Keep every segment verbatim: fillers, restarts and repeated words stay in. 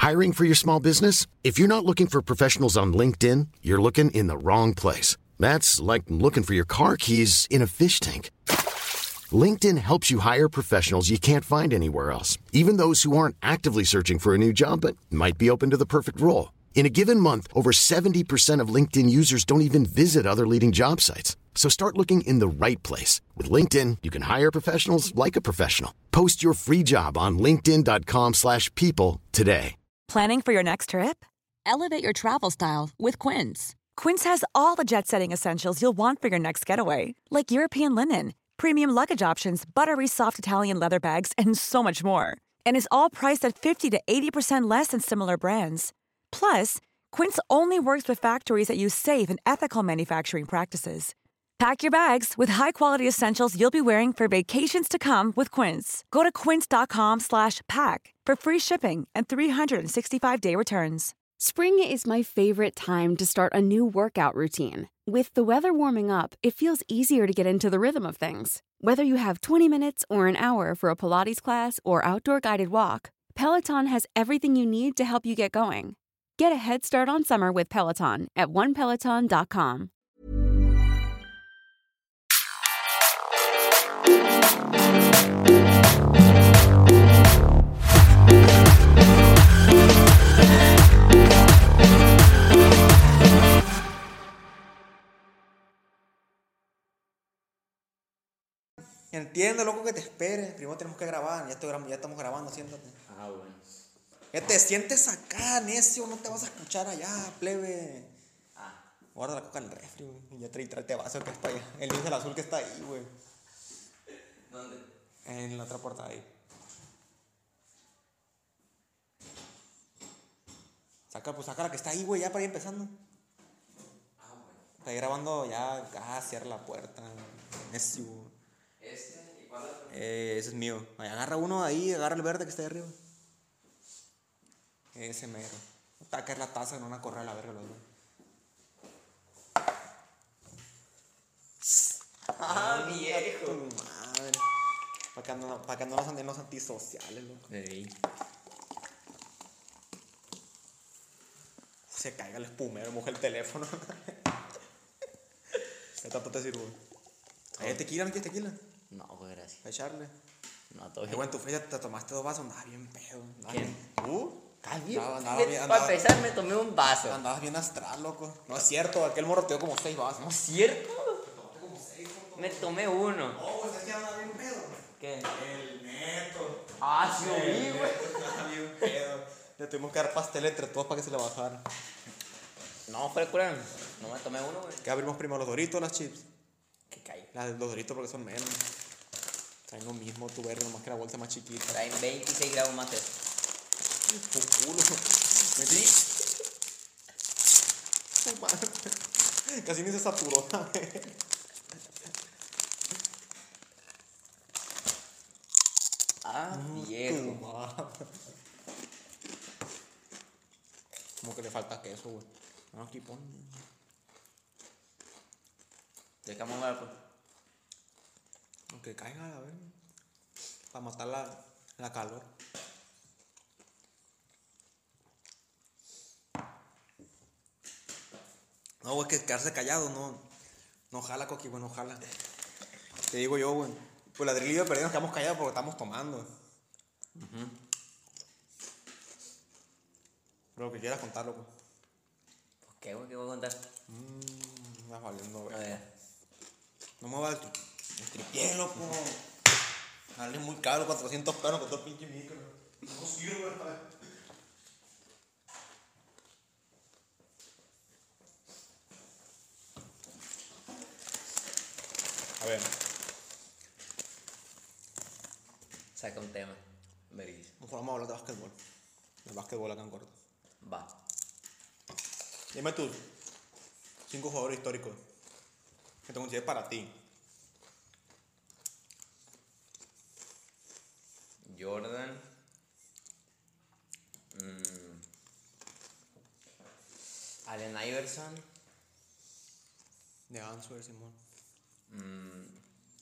Hiring for your small business? If you're not looking for professionals on LinkedIn, you're looking in the wrong place. That's like looking for your car keys in a fish tank. LinkedIn helps you hire professionals you can't find anywhere else, even those who aren't actively searching for a new job but might be open to the perfect role. In a given month, over seventy percent of LinkedIn users don't even visit other leading job sites. So start looking in the right place. With LinkedIn, you can hire professionals like a professional. Post your free job on linkedin.com slash people today. Planning for your next trip? Elevate your travel style with Quince. Quince has all the jet-setting essentials you'll want for your next getaway, like European linen, premium luggage options, buttery soft Italian leather bags, and so much more. And is all priced at fifty to eighty percent less than similar brands. Plus, Quince only works with factories that use safe and ethical manufacturing practices. Pack your bags with high-quality essentials you'll be wearing for vacations to come with Quince. Go to quince.com slash pack for free shipping and three sixty-five day returns. Spring is my favorite time to start a new workout routine. With the weather warming up, it feels easier to get into the rhythm of things. Whether you have twenty minutes or an hour for a Pilates class or outdoor guided walk, Peloton has everything you need to help you get going. Get a head start on summer with Peloton at one peloton dot com. Entiende, loco, que te esperes. Primero tenemos que grabar. Ya, estoy, ya estamos grabando, siéntate. Ah, bueno. Ya te sientes acá, necio. No te vas a escuchar allá, plebe. Ah. Guarda la coca en el refri, güey. Ya trae, tráete vaso que es para allá. El niño del azul que está ahí, güey. ¿Dónde? En la otra puerta ahí. Saca, pues saca la que está ahí, güey, ya para ir empezando. Ah, bueno. Está ahí grabando ya. Ah, cierra la puerta. Necio. ¿Este? ¿Y cuál otro? Eh, ese es mío. Ahí, agarra uno ahí, agarra el verde que está ahí arriba. Ese mero. Te va a caer la taza en una correa a la verga, los dos. Ah, viejo. Tu madre. Para que no, para que no nos anden los antisociales, loco. Ey. Se caiga el espumero, moja el teléfono. ¿Qué tanto te sirvo? ¿Hay tequila? ¿No quieres tequila? No, pues gracias. ¿A echarle? No, todo Eh, bien. güey, en tu fecha te tomaste dos vasos, andabas bien pedo. Andabas ¿Quién? bien- ¿Tú? ¿Estás bien? Andaba- andaba Me- bien- Para andaba- empezar, me tomé un vaso. Andabas bien astral, loco. No es cierto, aquel morro te dio como seis vasos. ¿No es cierto? Me tomé uno. No, pues es que andaba bien pedo. ¿Qué? El neto. Ah, sí, oí, güey. Andaba bien pedo. Le tuvimos que dar pastel entre todos para que se le bajara. No, fue cura. No me tomé uno, güey. ¿Qué abrimos primero, los Doritos o las chips? Que caí. Las de los Doritos porque son menos. Traen lo mismo, tu verde, nomás que la bolsa más chiquita. Traen veintiséis gramos más de eso. Tu culo. Metí. Tu madre. Casi ni se saturó, güey. Ah, Tu viejo. madre. Como que le falta queso, güey. No, aquí pon. Dejamos ver, pues. Aunque caiga, a ver. Para matar la, la calor. No, güey, que quedarse callado, no. No jala, Coqui, güey, no jala. Te digo yo, güey. Pues la drill perdida nos quedamos callados porque estamos tomando. Uh-huh. Pero lo que quieras contarlo, pues. ¿Por qué, güey? ¿Qué voy a contar? Mmm, vas valiendo, A güey. ver. No me va el, tri- el tripié, loco. Dale muy caro, cuatrocientos pesos con todo el pinche micro. No sirve, güey. A ver, Saca un tema. Verguísimo. mejor vamos a hablar de básquetbol. El básquetbol acá en corto. Va. Dime tus cinco jugadores históricos que te consideres para ti. Jordan. Mm. Allen Iverson. De Answer, Simón. Mm.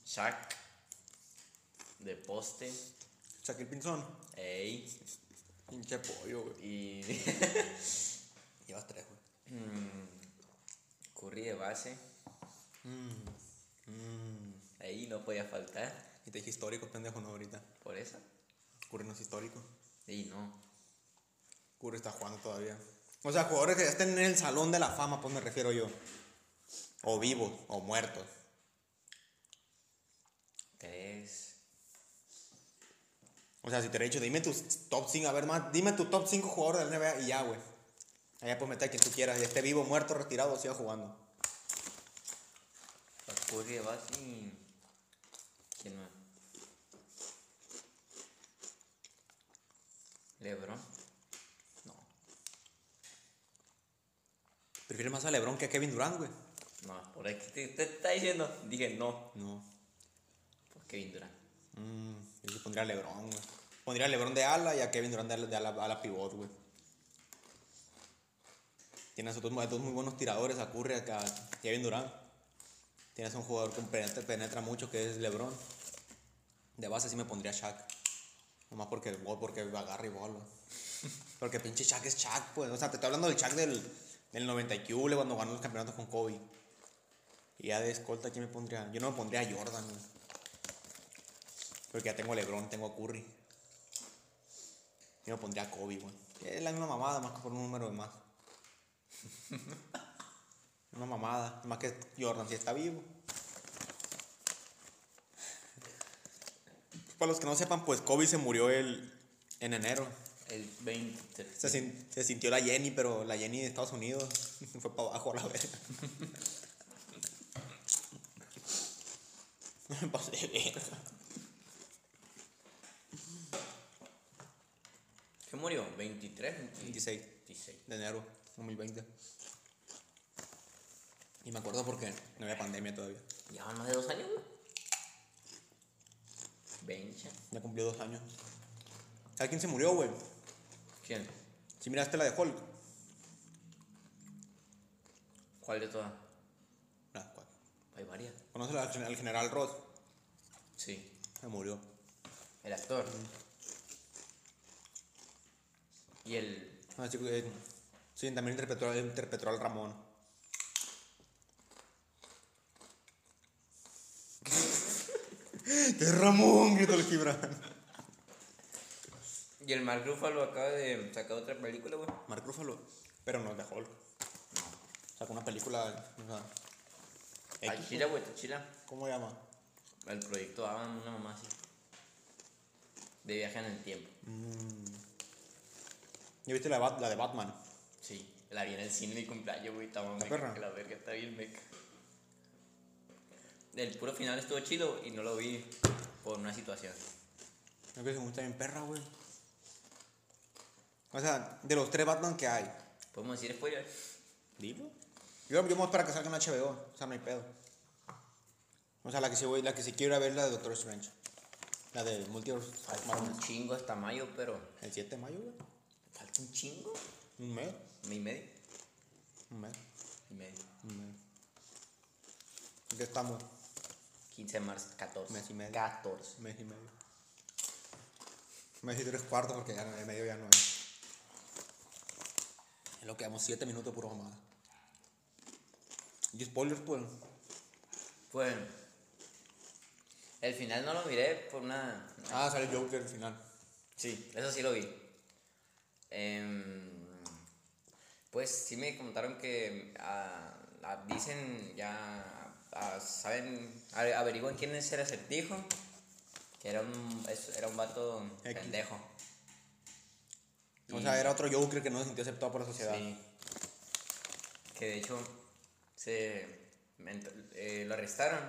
Shaq. De poste. Shaquille Pinzón. Ey. Pinche pollo, güey. Y. Llevas tres, güey. mm, Curry de base. Mm. Mm. Ahí no podía faltar. Y te dije histórico, pendejo, no ahorita. Por eso. Curry no es histórico. Y no. Curry está jugando todavía. O sea, jugadores que ya estén en el salón de la fama, pues me refiero yo. O vivos, o muertos. Tres. O sea, si te he dicho, dime tus top cinco, a ver más, dime tu top cinco jugadores del N B A y ya, güey. Allá puedes meter a quien tú quieras, y esté vivo, muerto, retirado, siga jugando. A Curry de base y. ¿Quién más? LeBron. No. ¿Prefieres más a LeBron que a Kevin Durant, güey? No, por ahí que te, te está diciendo. Dije no. No. Pues Kevin Durant. Mm, yo sí pondría a LeBron, güey. Pondría a LeBron de ala y a Kevin Durant de ala, de ala, ala pivot, güey. Tienes otros dos muy buenos tiradores, a Curry, a Kevin Durant. Tienes un jugador que penetra, penetra mucho, que es LeBron. De base sí me pondría a Shaq. Nomás porque el gol, porque agarra y bola. Porque pinche Shaq es Shaq, pues. O sea, te estoy hablando del Shaq del, del noventa y cuatro, cuando ganó los campeonatos con Kobe. Y ya de escolta, ¿quién me pondría? Yo no me pondría a Jordan, güey. Porque ya tengo a LeBron, tengo a Curry. Yo me pondría a Kobe, güey. Es la misma mamada, más que por un número de más. Una mamada, más que Jordan si está vivo. Para los que no sepan, pues Kobe se murió el, en enero. El veinte. Se, se sintió la Jenny, pero la Jenny de Estados Unidos fue para abajo a la verga. Me pasé de verga. ¿Qué murió? ¿veintitrés? veintiséis veintiséis. de enero dos mil veinte. Y me acuerdo porque no había pandemia todavía. Ya van más de dos años, güey. veinte. Ya cumplió dos años. ¿Sabes quién se murió, güey? ¿Quién? Si miraste la de Hulk. ¿Cuál de todas? Ah, ¿cuál? Hay varias. ¿Conoces al, al general Ross? Sí. Se murió. El actor. Y el... Ah, sí, eh, sí, también interpretó, interpretó al Ramón. ¡Qué Ramón! Gritó el Gibran. Y el Mark Ruffalo acaba de sacar otra película, güey. Mark Ruffalo. Pero no es de Hulk. Sacó una película. O sea, Está X, chila, güey, está chila. ¿cómo se llama? El proyecto Adam, una mamá así. De viaje en el tiempo. ¿Ya viste la, de Bat- la de Batman? Sí. La vi en el cine de mi cumpleaños, güey. Estaba meca, perra? que la verga está bien meca. El puro final estuvo chido y no lo vi por una situación. Creo que se me gusta bien perra, güey. O sea, de los tres Batman que hay. ¿Podemos decir spoiler? Dilo. Yo, yo me voy a esperar a que salga en H B O. O sea, no hay pedo. O sea, la que sí voy, la que sí quiero ir a ver es la de Doctor Strange. La de Multiverse. Falta un chingo hasta mayo, pero... El siete de mayo, güey. ¿Falta un chingo? Un mes. ¿Un y medio? Un mes. Y medio. Un mes. ¿En qué estamos? quince de marzo, catorce. Mes y medio. catorce. Un mes y medio. Un mes y tres cuartos porque ya en el medio ya no es. Es lo que damos siete minutos de pura mamada. Y spoilers, pues. Pues... El final no lo miré por una... Ah, sale Joker al final. Sí, eso sí lo vi. Em, pues sí me contaron que ah, ah, dicen ya, ah, saben, a- averiguan quién es el acertijo, que era un, es- era un vato X. pendejo. O Y- sea, era otro Joker que no se sintió aceptado por la sociedad. Sí. Que de hecho se ment- eh, lo arrestaron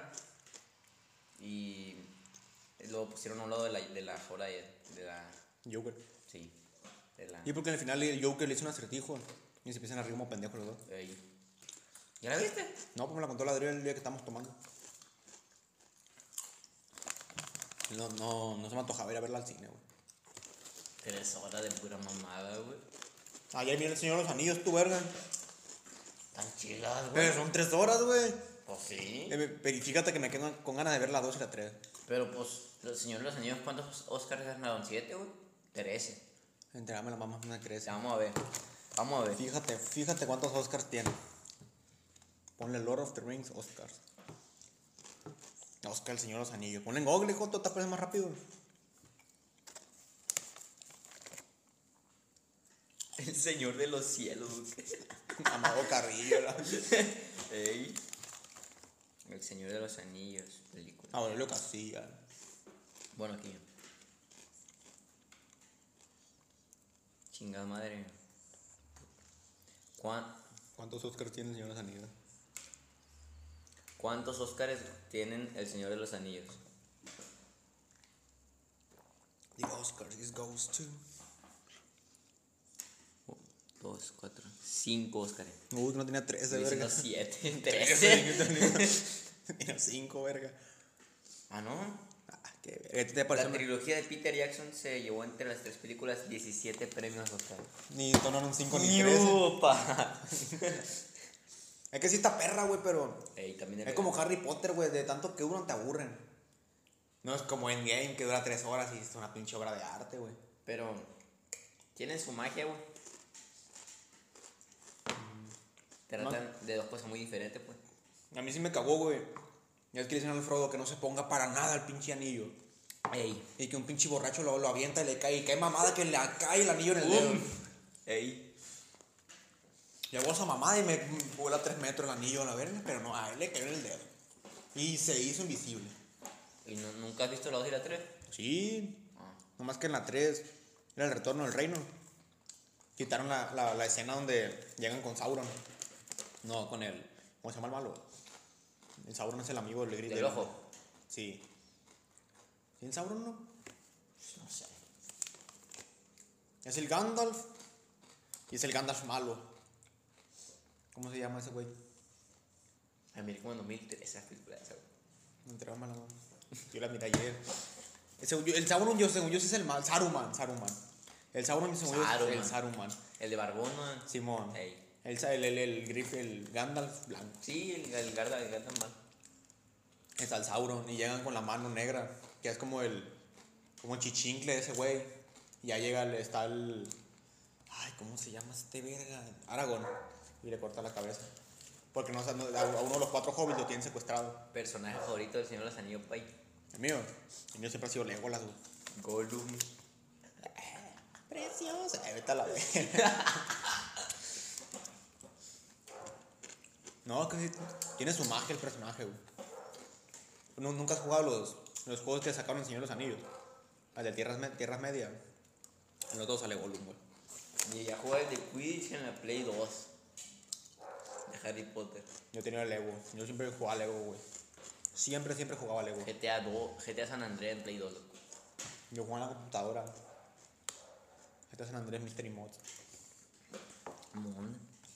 y lo pusieron a un lado de la, de la jaula de, de la... Joker. Sí, de la... Y porque al final el Joker le hizo un acertijo y se empiezan a reír como pendejos los dos. de ahí. ¿Ya la viste? No, pues me la contó la Adriel el día que estábamos tomando. No, no, no se me antojaba ir a verla al cine, güey. Tres horas de pura mamada, güey. Ayer vi el Señor de los Anillos, tu verga. Tan chilas, güey. Pero son tres horas, güey. Pues sí. Eh, Pero fíjate que me quedo con ganas de ver la dos y la tres. Pero pues, los señores los anillos, ¿cuántos Oscars ganaron? ¿Siete, güey? Trece. Entregame la mamá, me crece. Ya, vamos a ver. Vamos a ver. Fíjate, fíjate cuántos Oscars tiene. Ponle Lord of the Rings Oscars. Oscar, el Señor de los Anillos. Ponle en Google, Joto, te aparece más rápido. El Señor de los Cielos. Amado Carrillo. ¿La? Ey. El Señor de los Anillos, película. Aurelio Casilla. Bueno, aquí. Chingada madre. ¿Cuán- ¿Cuántos Oscars tiene el Señor de los Anillos? ¿Cuántos Óscares tienen El Señor de los Anillos? The Oscars is goes to. Oh, dos, cuatro, cinco Óscares. Uy, no tenía trece, Estoy verga. diciendo siete, trece. Tenía cinco, verga. Ah, ¿no? Ah, qué verga. ¿Te parece? La trilogía de Peter Jackson se llevó entre las tres películas diecisiete premios Oscar. Ni tonaron cinco ni trece. ¡Yupa! Es que sí está perra, güey, pero. Ey, también Es como Harry Potter, güey. De tanto que duran te aburren. No es como Endgame que dura tres horas y es una pinche obra de arte, güey. Pero tienen su magia, güey. Tratan de dos cosas muy diferentes, pues. A mí sí me cagó, güey. Ya es que le dicen al Frodo que no se ponga para nada el pinche anillo. Ey. Y que un pinche borracho lo, lo avienta y le cae. Y qué mamada que le cae el anillo en el dedo. Ey. Llegó esa mamada y me vuela tres metros el anillo a la verga. Pero no, a él le cayó en el dedo. Y se hizo invisible. ¿Y no- nunca has visto la dos y la tres? Sí. Ah. Nomás que en la tres era el retorno del reino. Quitaron la, la, la escena donde llegan con Sauron. No, con el. ¿Cómo se llama el malo? El Sauron es el amigo del grito. ¿Del ojo? Sí. ¿Sí el Sauron no? No sé. Es el Gandalf. Y es el Gandalf malo. ¿Cómo se llama ese güey? A mí como en dos mil trece esa película esa, güey. Entregame la mano. Yo la miré ayer. Ese- yo- El Sauron, yo según yo, ese es el mal. Saruman, Saruman. El Sauron, según yo, es Saruman. el Saruman. El de Barbón, ¿no? Simón. Ey. El, sa- el, el, el, grif- el Gandalf blanco. Sí, el, el Garda, el Garda mal. Está el Sauron y llegan con la mano negra, que es como el como el chichincle de ese güey. Y ya llega, el- está el ay, ¿cómo se llama este verga? Aragorn. Y le corta la cabeza. Porque no, no- a uno de los cuatro hobbits lo tienen secuestrado. Personaje favorito del Señor de los Anillos, pay. El mío, el mío siempre ha sido Legolas, güey. Gollum. Precioso. Ay, vete a la vez. No, que sí, tiene su magia el personaje, güey. Nu- Nunca has jugado los, los juegos que sacaron el Señor de los Anillos. Al de Tierras, Me- Tierras Medias. En los dos sale Gollum, güey. Y ya jugué el de Quidditch en la Play dos. De Harry Potter. Yo tenía el Lego. Yo siempre jugaba Lego, güey. Siempre, siempre jugaba Lego. G T A dos, G T A San Andreas en Play dos, loco. Yo jugaba en la computadora. Este es San Andrés Mystery Mods. Monda.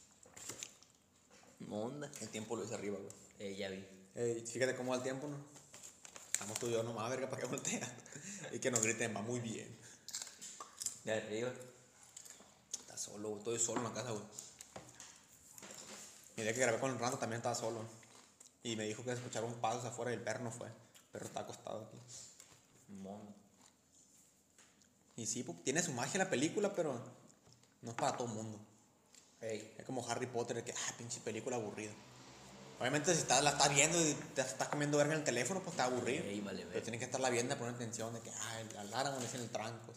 Monda. El tiempo lo hice arriba, güey. Eh, ya vi. Ey, fíjate cómo va el tiempo, ¿no? Estamos tú y yo nomás, verga, para que volteas. Y que nos griten, va muy bien. De arriba. Está solo, güey. Estoy solo en la casa, güey. Y el día que grabé con el Rando también estaba solo. Y me dijo que escucharon pasos afuera y el perro no fue. El perro está acostado aquí. Monda. Y sí, pues, tiene su magia la película, pero no es para todo el mundo. Ey. Es como Harry Potter, que, ah, pinche película aburrida. Obviamente, si estás, la estás viendo y te estás comiendo verga en el teléfono, pues está aburrido. Ey, vale, Pero vale. tienes que estarla viendo y poner atención de que, ah, el alarma es en el tranco.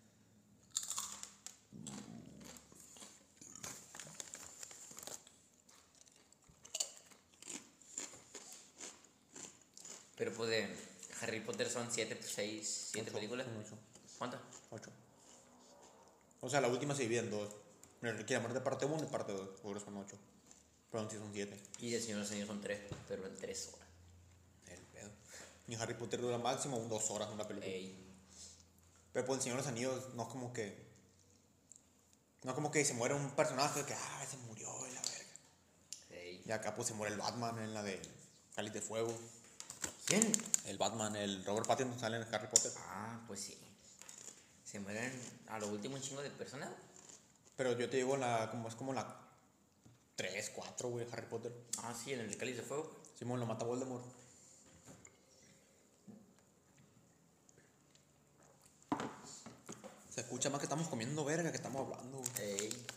Pero pues de Harry Potter son siete, seis, siete Ocho, películas. son ocho. ¿Cuántas? Ocho. O sea, la última se divide en dos. El que la muerte parte uno y parte dos. Por eso son ocho. Perdón, sí son siete. Y de Señor de los Anillos son tres, pero en tres horas. El pedo. Y Harry Potter dura máximo un dos horas una película. Ey. Pero pues el Señor de los Anillos no es como que. No es como que se muere un personaje que, ah, se murió y la verga. Ey. Y acá pues se muere el Batman en la de Cáliz de Fuego. ¿Quién? El Batman, el Robert Pattinson sale en Harry Potter. Ah, pues sí. Se mueren a lo último un chingo de personas. Pero yo te digo, la, como, es como la tres, cuatro, güey, Harry Potter. Ah, sí, en el Cáliz de Fuego. Simón lo mata Voldemort. Se escucha escucha más que estamos comiendo verga que estamos hablando, güey. Ey.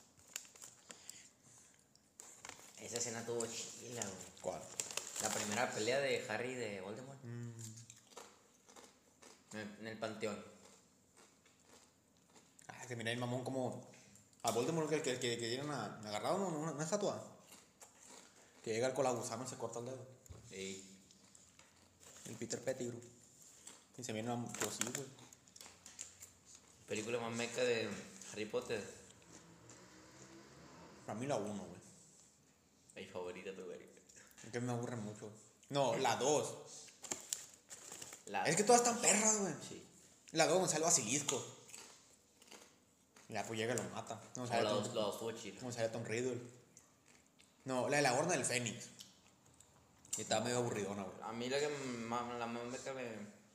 Esa escena tuvo chila, güey. ¿Cuál? La primera pelea de Harry y de Voldemort. Mm. En, el, en el panteón. Ah, que mira el mamón como... A Voldemort que, que, que, que dieron a, agarrado una, una, una estatua. Que llega con la gusano y se corta el dedo. Ey. El Peter Pettigrew. Y se viene una... Pues sí, güey. Película más meca de Harry Potter. Para mí la uno, güey. Mi favorita tu güey. Es que me aburre mucho. No, la dos. La Es que todas están perras, güey. Sí. La dos donde sale el basilisco. Y ya pues llega y lo mata. No, O sale la Tom, dos, la dos fue chila. no sale Tom Riddle. No, la de la Horna del Fénix. Y estaba medio aburridona, güey. A mí la que más, la más meca me...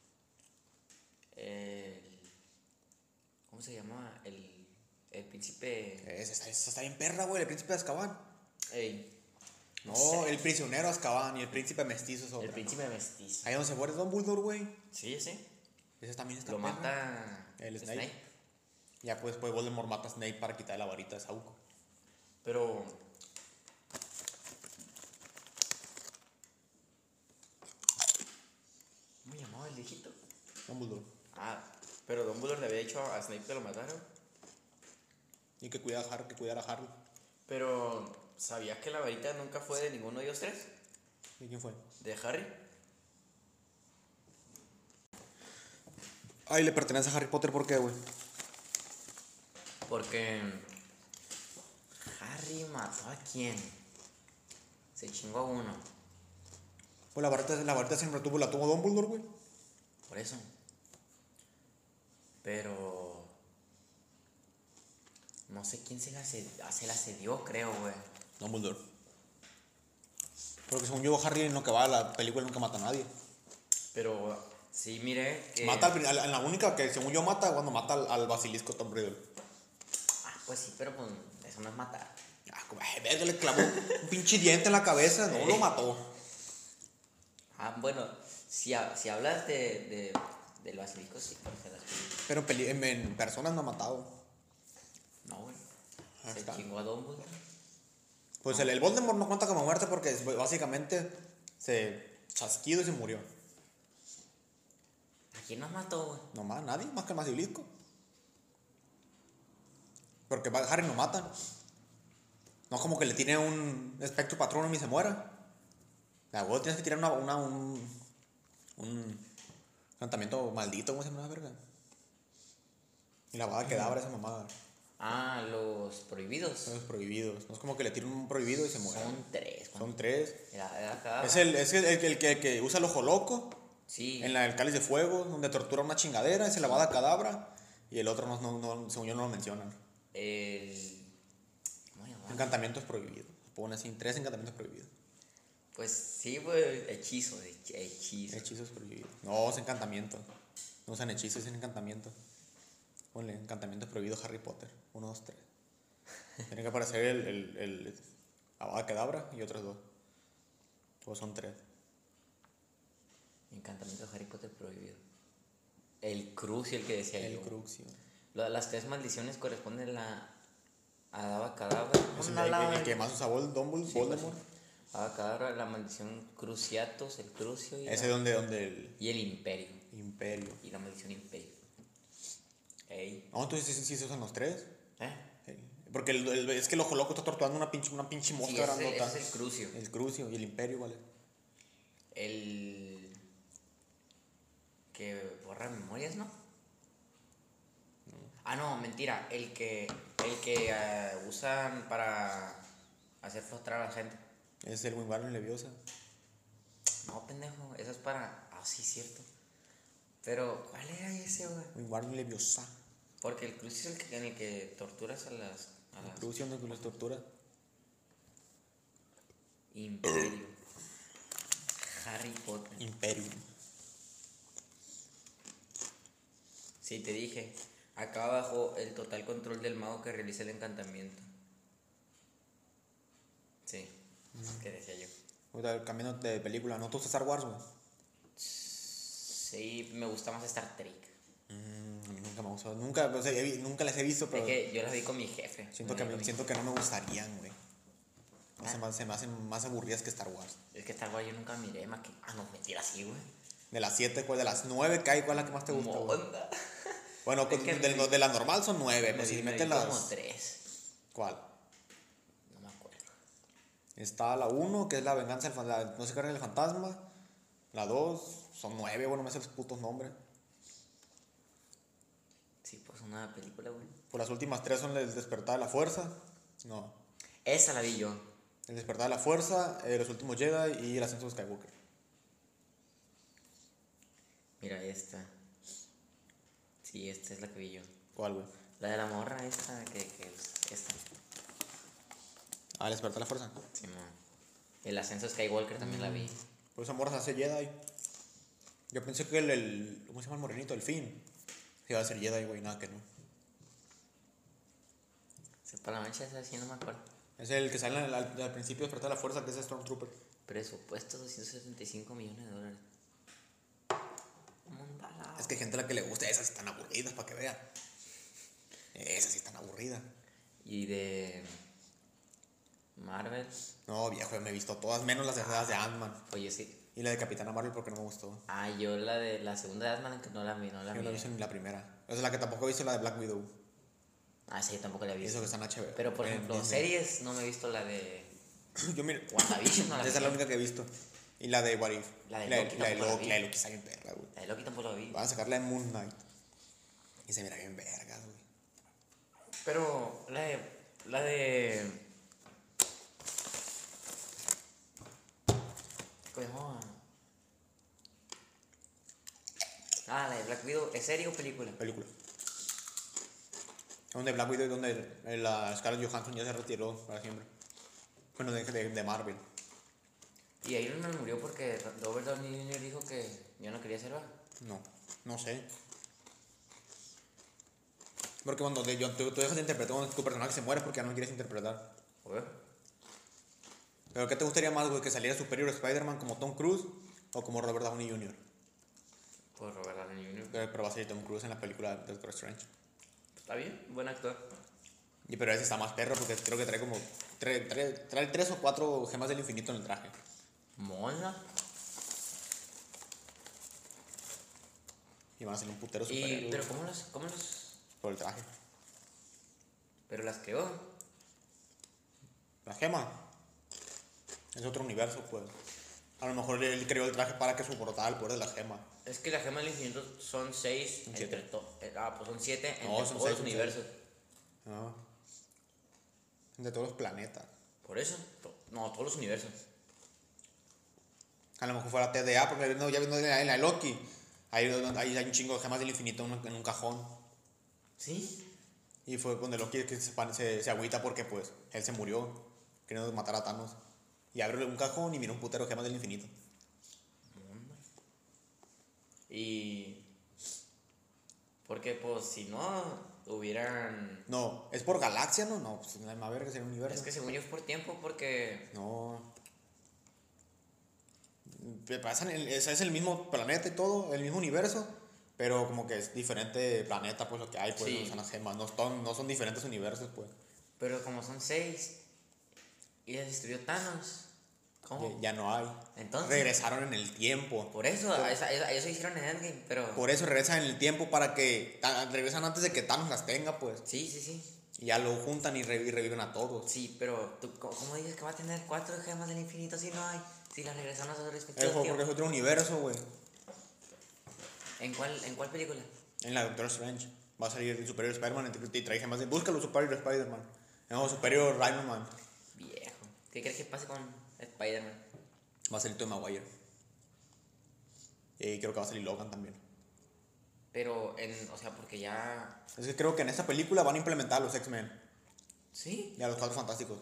El... ¿Cómo se llama? El... El príncipe... Esa está, esa está bien perra, güey. El príncipe de Azkaban. Ey. No, sé. el prisionero de Azkaban y el príncipe mestizo es otra. El príncipe mestizo. Ahí donde se muere Dumbledore, güey. Sí, sí. Ese también está Lo perra. mata... El Snape. Ya pues después Voldemort mata a Snape para quitarle la varita de Sauco. Pero... ¿Cómo llamaba el viejito? Dumbledore. Ah, pero Dumbledore le había dicho a Snape que lo mataron. Y que cuidara a Harry, que cuidara a Harry. Pero, ¿sabías que la varita nunca fue de ninguno de ellos tres? ¿Y quién fue? ¿De Harry? Ay, le pertenece a Harry Potter, ¿por qué, güey? Porque... Harry mató a quién? Se chingó a uno. Pues la varita, la varita siempre tuvo, la tuvo Dumbledore, güey. Por eso. Pero... No sé quién se la, ced... se la cedió, creo, güey. Dumbledore. Porque según yo, Harry en lo que va a la película nunca mata a nadie. Pero sí, mire que... Mata al, al- en la única que según yo mata cuando mata al, al basilisco Tom Riddle. Ah, pues sí, pero pues eso no es matar. Ah, como, ay, verga, le clavó un pinche diente en la cabeza, no lo mató. Ah, bueno, si, ha- si hablas de, de, del basilisco, sí, porque las películas. Pero en, peli- en- en personas no ha matado. No, güey. Ah, Se está. chingó a Dumbledore. Pues el, el Voldemort no cuenta como muerte porque es- básicamente se chasquido y se murió. ¿A quién nos mató, güey? No más, nadie, más que el basilisco. Porque va- Harry no mata. No es como que le tire un espectro patronum y se muera. La huevo tienes que tirar una, una, un, un encantamiento maldito, ¿cómo se llama la verga? Y la bada quedaba esa mamada. Ah, los prohibidos. Son los prohibidos. No es como que le tiren un prohibido y se muera. Son tres, güey. Son tres. Era, era cada... Es el, es el, el, el que, el que usa el ojo loco. Sí. En la del cáliz de fuego, donde tortura una chingadera. Ese la bada cadabra. Y el otro, no, no, no, según yo, no lo mencionan. El... ¿Cómo se llama? Encantamientos prohibidos. Pone así, tres encantamientos prohibidos. Pues sí, güey, hechizo, hech- hechizo. Hechizos prohibidos. No, es encantamiento. No usan hechizos, es encantamiento. Ponle encantamientos prohibidos Harry Potter. Uno, dos, tres. Tiene que aparecer el, el, el Avada Kedavra y otros dos. O son tres. Encantamiento de Harry Potter prohibido. El Crucio, el que decía El yo. Crucio. Lo- Las tres maldiciones corresponden a la... A Dava Cadabra. Es el, No, el- la- el que más usa Vol- Dumbledore, Sí, pues, Voldemort. Dava Cadabra, la maldición Cruciatus, el Crucio y, Ese la- donde, donde el y el Imperio. Imperio. Y la maldición Imperio. Ey. No, entonces sí, sí se usan los tres. ¿Eh? Sí. Porque el, el- es que el ojo loco está torturando una pinche, una pinche mosca Sí, ese, grandota. ese es el Crucio. El Crucio y el Imperio, ¿vale? El... Que borra memorias, ¿no? Ah, no, mentira. El que, el que eh, usan para hacer frustrar a la gente. Es el Wingardium Leviosa. No, pendejo. Eso es para... Ah, sí, cierto. Pero, ¿cuál era ese, güey? Wingardium Leviosa. Porque el Crucio es el que, en el que torturas a las... A El las Crucio donde los tortura. Imperio. Harry Potter. Imperium. Sí, te dije. Acá abajo el total control del mago que realiza el encantamiento. Sí, ¿qué decía yo? Ahorita cambiando de película. ¿No te gusta Star Wars, güey? Sí, me gusta más Star Trek. Mm, a mí no me nunca me gustó. Nunca, o sea, he- nunca las he visto, pero Es que yo las vi con mi jefe. siento, Me que, vi con me- mi- siento que no me gustarían, güey. No sé, Ah. más- se me hacen más aburridas que Star Wars. Es que Star Wars yo nunca miré más que. Ah, no, mentira, sí, güey. De las siete, ¿cuál? De las nueve que hay, ¿cuál es la que más te gusta, güey? Monda. Bueno, Es con- que de, me- de la normal son nueve, Me pues vi- si me meten vi las... como tres. ¿Cuál? No me acuerdo. Está la uno, que es la venganza del fan- la- no se carga el fantasma. La dos, son nueve, bueno, me sé los putos nombres. Sí, pues una película, güey. Por las últimas tres son el despertar de la fuerza. No. Esa la vi yo. El despertar de la fuerza, eh, los últimos Jedi y el ascenso de Skywalker. Mira esta. Sí, esta es la que vi yo. ¿Cuál, güey? La de la morra esta, que, que es esta. Ah, el despertar de la fuerza. Sí, no. El ascenso de Skywalker también la vi. Por esa morra se hace Jedi. Yo pensé que el, el ¿cómo se llama el morenito? El Finn. Se iba a hacer Jedi, güey, nada que no. Sepa la mancha esa, sí, no me acuerdo. Es el que sale al, al, al principio de despertar de la fuerza, que es Stormtrooper. Presupuesto doscientos setenta y cinco millones de dólares. Mondalao. Es que hay gente a la que le gusta, esas sí están aburridas, para que vean. Esas sí están aburridas. Y de Marvel. No, viejo, ya me he visto todas, menos las de, las de Ant-Man. Oye, sí. Y la de Capitana Marvel porque no me gustó. Ah, yo la de la segunda de Ant-Man que no la vi, no la Yo vi. no he visto ni la primera. Esa es la que tampoco he visto, la de Black Widow. Ah, sí, tampoco la he Eso visto. que está en H B O. Pero por En ejemplo, Disney. series no me he visto la de Yo mira, WandaVision, no la esa vi. es la única que he visto. Y la de What If. La de la, Loki la de tampoco la Loki, vi. la de Loki está bien perra, güey. La de Loki tampoco la vi. Van a sacar la de Moon Knight. Y se mira bien vergas, güey. Pero la de. La de. ¿Cómo? Ah, la de Black Widow, ¿es serie o película? Película. Donde Black Widow, donde eh, la Scarlett Johansson ya se retiró para siempre. Bueno, de, de, de Marvel. Y Iron Man murió porque Robert Downey junior dijo que ya no quería ser, ¿verdad? No, no sé. Porque cuando de, yo, tú, tú dejas de interpretar, cuando tu personaje se muere porque ya no quieres interpretar. Joder. ¿Pero qué te gustaría más, güey? ¿Que saliera Superior Spider-Man como Tom Cruise o como Robert Downey junior? Por Robert Downey junior Pero, pero va a salir Tom Cruise en la película de Doctor Strange. Está bien, buen actor. Y pero ese está más perro porque creo que trae como... Trae, trae, trae tres o cuatro gemas del infinito en el traje. Mona. Y van a ser un putero Y, superhéroe pero ¿cómo los, cómo los. por el traje. Pero las creó? La gema es otro universo, pues. A lo mejor él creó el traje para que soportara el poder de la gema. Es que las gemas del infinito son seis Son entre siete. to- eh, ah, pues son siete entre No, son todos seis, los son universos. Ah. De todos los planetas. Por eso, to- no, todos los universos. A lo mejor fuera T D A, porque viendo- ya viendo en la, en la de Loki, ahí, ahí hay un chingo de gemas del infinito en un, en un cajón. ¿Sí? Y fue donde Loki que se, pan- se, se agüita porque pues él se murió queriendo matar a Thanos. Y abre un cajón y mira un putero de gemas del infinito. Y. Porque, pues, si no, hubieran. No, es por galaxia, ¿no? No, pues la verga sería un universo. Es que según yo es por tiempo, porque. No. Te pasan el- es, es el mismo planeta y todo, el mismo universo, pero como que es diferente planeta, pues lo que hay, pues Sí. no son las gemas, no son, no son diferentes universos, pues. Pero como son seis. Y las destruyó Thanos. ¿Cómo? Ya, ya no hay. Entonces. Regresaron en el tiempo. Por eso, a esa- a eso, a eso hicieron en Endgame, pero. Por eso regresan en el tiempo para que. ta- Regresan antes de que Thanos las tenga, pues. Sí, sí, sí. Y ya lo juntan y, re- y reviven a todos. Sí, pero ¿tú, cómo, cómo dices que va a tener cuatro gemas del infinito si no hay? Si las regresaron a sus Es respectivos porque es tiempos. otro universo, güey. ¿En cuál, ¿En cuál película? En la Doctor Strange. Va a salir el Superior Spider-Man y trae gemas de. Búscalo, Superior Spider-Man. No, Superior Iron Man. Viejo. ¿Qué crees que pase con Spider-Man? Va a salir Tom Maguire. Y creo que va a salir Logan también. Pero, en, o sea, porque ya. Es que creo que en esta película van a implementar a los X-Men ¿Sí? y a los Cuatro Fantásticos.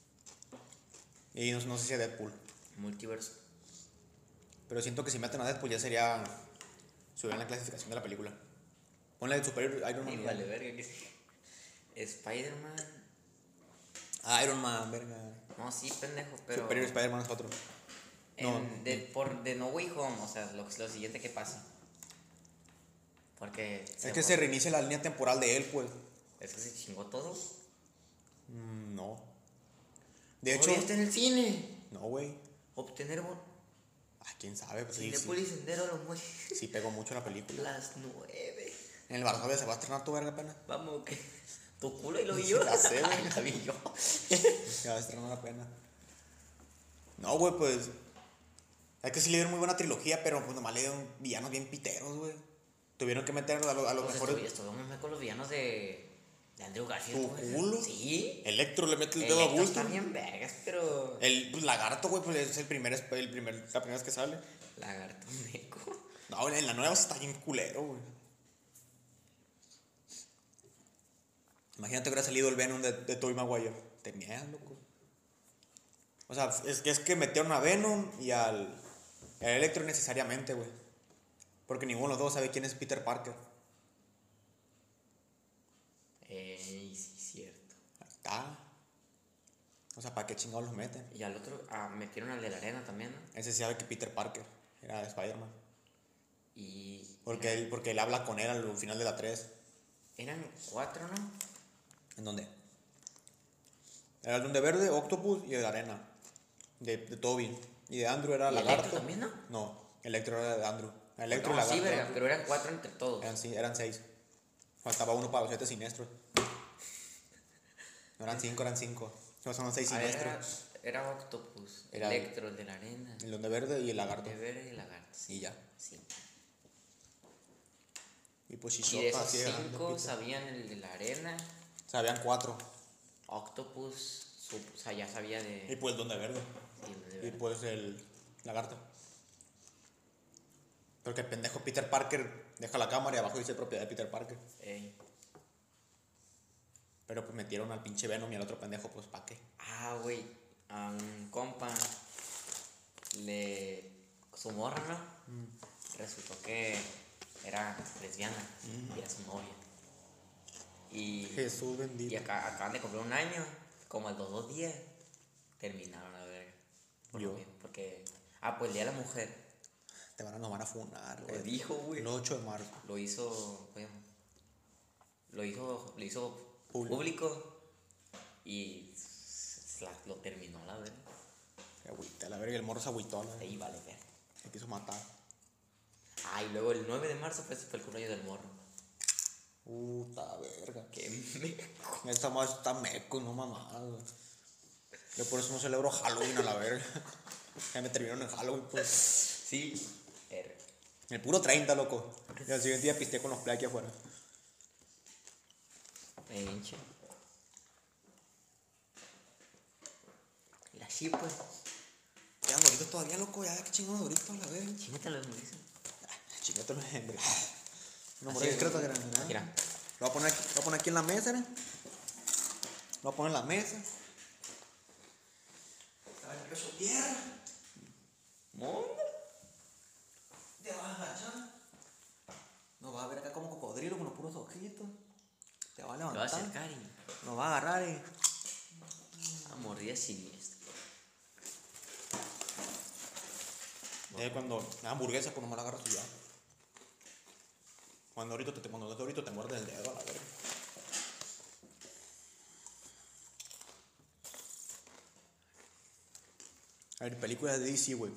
Y no, no sé si a Deadpool. Multiverso. Pero siento que si meten a Deadpool ya sería. Subir la clasificación de la película. Ponle el Superior Iron Man. Y vale, verga. Que sí. Spider-Man. Ah, Iron Man, verga. No, sí, pendejo, pero. Superior Spider-Man es otro. en- no. de, por, de No Way Home, o sea, lo, lo siguiente que pasa. Porque... Es que se reinicia la línea temporal de él, pues. ¿Es que se chingó todo? Mm, no. De ¿Todavía hecho... está en el cine? No, güey. Obtener... Bon... Ah, quién sabe. Pues, sí, Cinépolis sí. Sendero lo mueve. Sí pegó mucho la película. Las nueve. En el Varsovia se va a estrenar tu verga apenas. Vamos, que... Tu culo y lo vi yo. Ya sé, güey. La vi yo. Se va a estrenar apenas. No, güey, pues... Es que sí le dieron muy buena trilogía, pero pues nomás le dieron villanos bien piteros, güey. Tuvieron que meter a, lo, a los Pues mejores... estuve, estuve con los villanos de... De Andrew Garfield. ¿Tu güey. culo? Sí. Electro le mete el El dedo a Electro Bulto. está bien vergas, pero... El pues, lagarto, güey, pues es el primer, el primer, la primera vez que sale. Lagarto meco. No, en la nueva está bien culero, güey. Imagínate que hubiera salido el Venom de, de Tobey Maguire. Te miedas, loco. O sea, es que, es que metieron a Venom y al, al Electro necesariamente, güey. Porque ninguno de los dos sabe quién es Peter Parker. Ey, sí, cierto. Ahí está. O sea, ¿para qué chingados los meten? Y al otro, ah, metieron al de la arena también, ¿no? Ese sí sabe que Peter Parker era Spider-Man. Y... Porque él, porque él habla con él al final de la tres. Eran cuatro, ¿no? ¿En dónde? Era el Duende Verde, Octopus y el de Arena. De, de Toby. Y de Andrew era ¿Y Lagarto. Electro también, no? No, Electro era de Andrew. Electro No, y Lagarto. sí, verga, pero eran cuatro entre todos. Eran, sí, eran seis. Faltaba uno para los siete siniestros. No eran cinco, eran cinco. No, son los seis Ah, siniestros. era, era Octopus, Era- Electro, el de la arena, El Duende Verde y el Lagarto. de verde y el lagarto. Y ya. Sí. Y pues Y de Shishota esos así de grande, cinco Peter. sabían el de la arena, O sea, habían cuatro. Octopus, su- o sea, ya sabía de... Y pues el Duende Verde. y el de Y verde. pues el Lagarto. Porque el pendejo Peter Parker deja la cámara y abajo dice propiedad de Peter Parker. Ey. Pero pues metieron al pinche Venom y al otro pendejo, pues ¿pa' qué? Ah, güey, a un compa le... su morra, ¿no? Mm. Resultó que era lesbiana y era su novia. Y, Jesús y bendito. acá, acaban de cumplir un año, como a los dos días, terminaron a ver. Por Yo. lo mismo, porque... Ah, pues el Día de la Mujer. Te van a, nos van a funar, Lo güey. dijo, güey. El ocho de marzo. Lo hizo... ¿cómo se llama? Lo hizo... Lo hizo Público. público. Y... s- la- lo terminó, la verdad. Se agüita, la verga, el morro se agüitó, la Ahí vale, ver. Se quiso matar. Ah, y luego el nueve de marzo fue, fue el cumpleaños del morro. Puta verga. Qué meco. Esta madre está meco, no mamada, güey. Yo por eso no celebro Halloween a la verga. Ya me terminaron en Halloween, pues. Sí. Er- El puro treinta, loco. Y al siguiente día pisteé con los play aquí afuera. Pinche. Y así pues. Quedan doritos todavía, loco. Ya, qué chingón doritos, a la verga. Chímate los Mauricio. Chingate los hembres. No, Así por ahí es, discreto, güey. grande, ¿no? Mira. Lo voy a poner aquí, lo voy a poner aquí en la mesa, ¿eh? Lo voy a poner en la mesa. Está el peso tierra. ¿Monda? Te vas a agachar. Nos va a ver acá como cocodrilo con los puros ojitos. Te va a Lo va a levantar. acercar y... Nos va a agarrar y... A mordida siniestra. Es cuando la hamburguesa, pues no me la agarras y ya. Cuando ahorita te, cuando ahorita te muerdes el dedo a la verga. A ver, películas de D C, güey.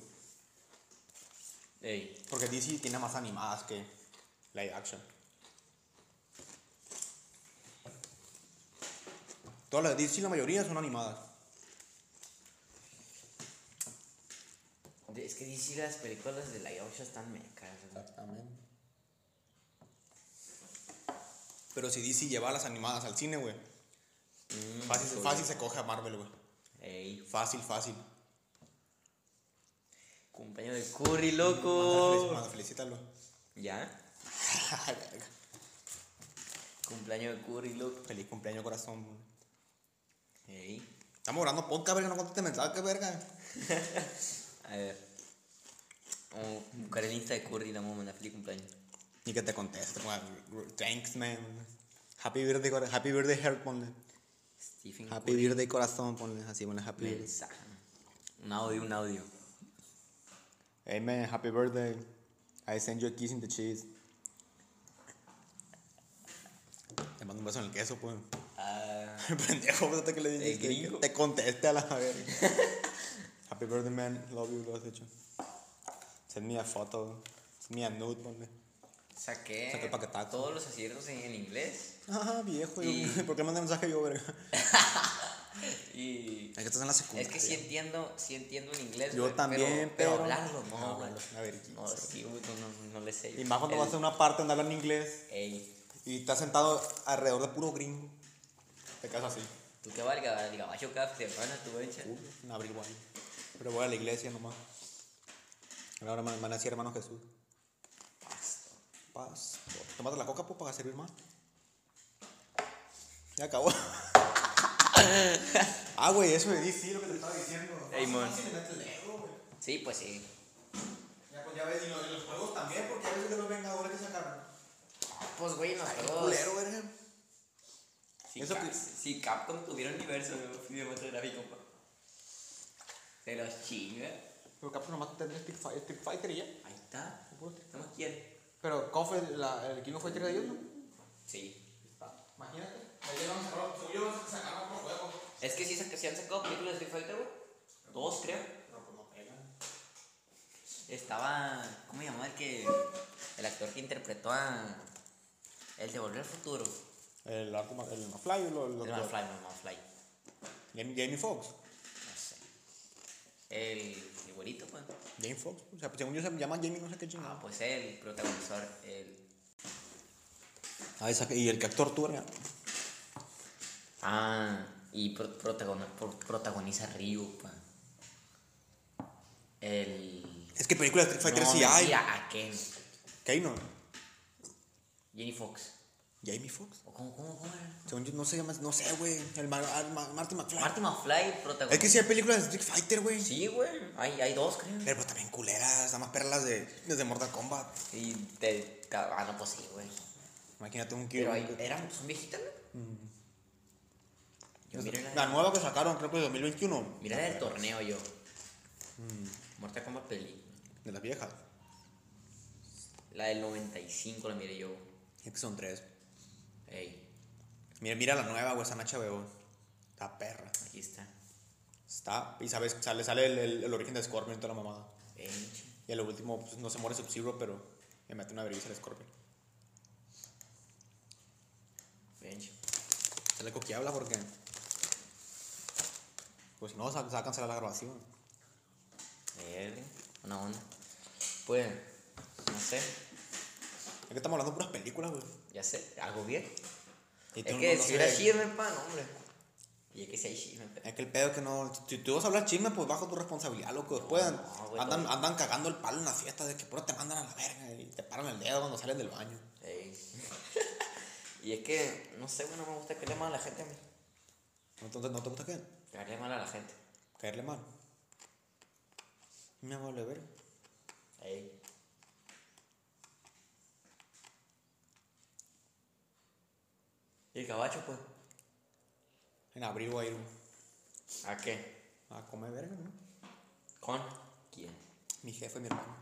Ey. Porque D C tiene más animadas que live action. Todas las de D C, la mayoría son animadas. De- Es que dice las películas de live action están mecas, güey. Exactamente. Pero si D C lleva las animadas al cine, güey. Mm, Fácil, soy- fácil se coge a Marvel, güey. Ey. Fácil, fácil. Cumpleaños de Curry, Mándale loco. felici- mándale, felicítalo. ¿Ya? Ay, verga. Cumpleaños de Curry, loco. Feliz cumpleaños, corazón. Ey. Estamos grabando podcast, verga, no contaste mensaje, verga. A ver. Vamos a buscar el Insta de Curry y le vamos a mandar feliz cumpleaños. Y que te conteste, pues, thanks, man. Happy birthday, cora- happy birthday, heart, ponle. Stephen Happy Curry. birthday, corazón, ponle. Así, ponle happy birthday. Mensaje. Un audio, un audio. Hey, man, happy birthday. I send you a kiss in the cheese. mando un beso en el queso, pues. Ah, Pendejo, fíjate que le El dijiste. gringo. Que te conteste a la verga. Happy birthday, man. Love you, lo has hecho. Send me a photo. Send me a nude, ponle. saqué, Saqué el paquetazo. todos los aciertos en, en inglés. Ajá, viejo. Y- yo- ¿Por qué mandé mensaje yo, verga? Y Es que estás en la secundaria. es que sí entiendo, sí entiendo en inglés. Yo güey, también, pero, pero pero- hablarlo, no, No, güey. a ver, No, sí, güey, no, no, no le sé. Y más cuando El- vas a una parte donde hablan inglés Ey, y estás sentado alrededor de puro gringo. Te quedas así. tú qué valga, el gabacho café, hermana, tu bencha. Uh, en abril, guay. Pero voy a la iglesia nomás. Ahora me van a decir hermano Jesús. Pastor. Tómate la coca, pues, para servir más. Ya acabó. Ah, güey, eso de D C, lo que te estaba diciendo. Ey, mon. Sí, le metes Lego, güey. Sí, pues sí. Ya, pues ya ves, y los, y los juegos también, porque a veces de los Vengadores que sacaron. Pues, güey, en los Ay, juegos. culero, verga. Si, Eso Cap- que- si Capcom tuviera un universo cinematográfico, pa. Se los chinga. Pero Capcom nomás tendría Street Fighter, Street Fighter y ya. Ahí está. Puro Street ¿Qué más quiere? Pero K O F, la, el King of Fighters de ellos, ¿no? Sí. Imagínate. Ahí vamos a sacar, según yo vamos a sacar otro juego. Es que sí, se, se han sacado películas de Street Fighter, güey. Dos, creo. Pero pues no pegan. Estaba. ¿Cómo se llamaba el que. El actor que interpretó a. El de Volver al Futuro. El arte, el McFly, lo, lo, El lo- Manfly, no, Manfly. Jamie, Jamie Foxx. No sé. El. El güerito, pues. Jamie Foxx. O sea, según yo se llama Jamie, no sé qué chingado. Ah, pues el protagonizó el. Ah, esa, y el que actor tú, verga. Ah, y pro- protagoni- pro- protagoniza Ryu, pa. El. Es que películas de Street Fighter no, sí hay. mentira, a Ken. Kano. Jenny Fox. Jamie Foxx. ¿O ¿Cómo, cómo, cómo era? Según yo, no se llama, no sé, güey. El Mar, Ar- Ma- Marty McFly. Marty McFly protagoniza. Es que sí hay películas de Street Fighter, güey. Sí, güey. Hay, hay dos, creo. Pero pues también culeras, nada más perlas de, desde Mortal Kombat. Y te. Ah, no, pues sí, güey. Imagínate un Pero kilo. hay, eran, son viejitas, ¿no? Yo miré la, La nueva que sacaron, creo que de dos mil veintiuno. miré la del torneo yo. Mortal Kombat película. De las viejas. La del noventa y cinco la miré yo. Es que son tres. Ey, Mira, mira la nueva, güey, está en H B O. Está perra. aquí está. Está, y sabes, sale, sale el, el, el origen de Scorpion y toda la mamada. Ey, Y a lo último, pues no se muere Sub-Zero, pero le mete una vergüenza al Scorpion. ven. Sale con que habla porque. Pues si no, se va se va a cancelar la grabación. Verga, una onda. Pues, no sé, Es que estamos hablando de puras películas, güey. ya sé, algo bien. Y Es tú que no- no si sé- era chisme, pa, no, hombre. Y es que si hay chisme, pa. Es que el pedo es que no. Si tú vas a hablar chisme, pues bajo tu responsabilidad, loco. Después No, güey, andan, todo- andan cagando el palo en la fiesta de que puro te mandan a la verga y te paran el dedo cuando salen del baño. Ey. Y es que, no sé, güey, no me gusta caerle mal a la gente a mí. Entonces, ¿no te gusta qué? Caerle mal a la gente. Caerle mal. Me vale ver. Ey. ¿Y el cabacho, pues? En abril voy a ir ¿A qué? a comer verga, ¿no? ¿Con quién? Mi jefe, mi hermano.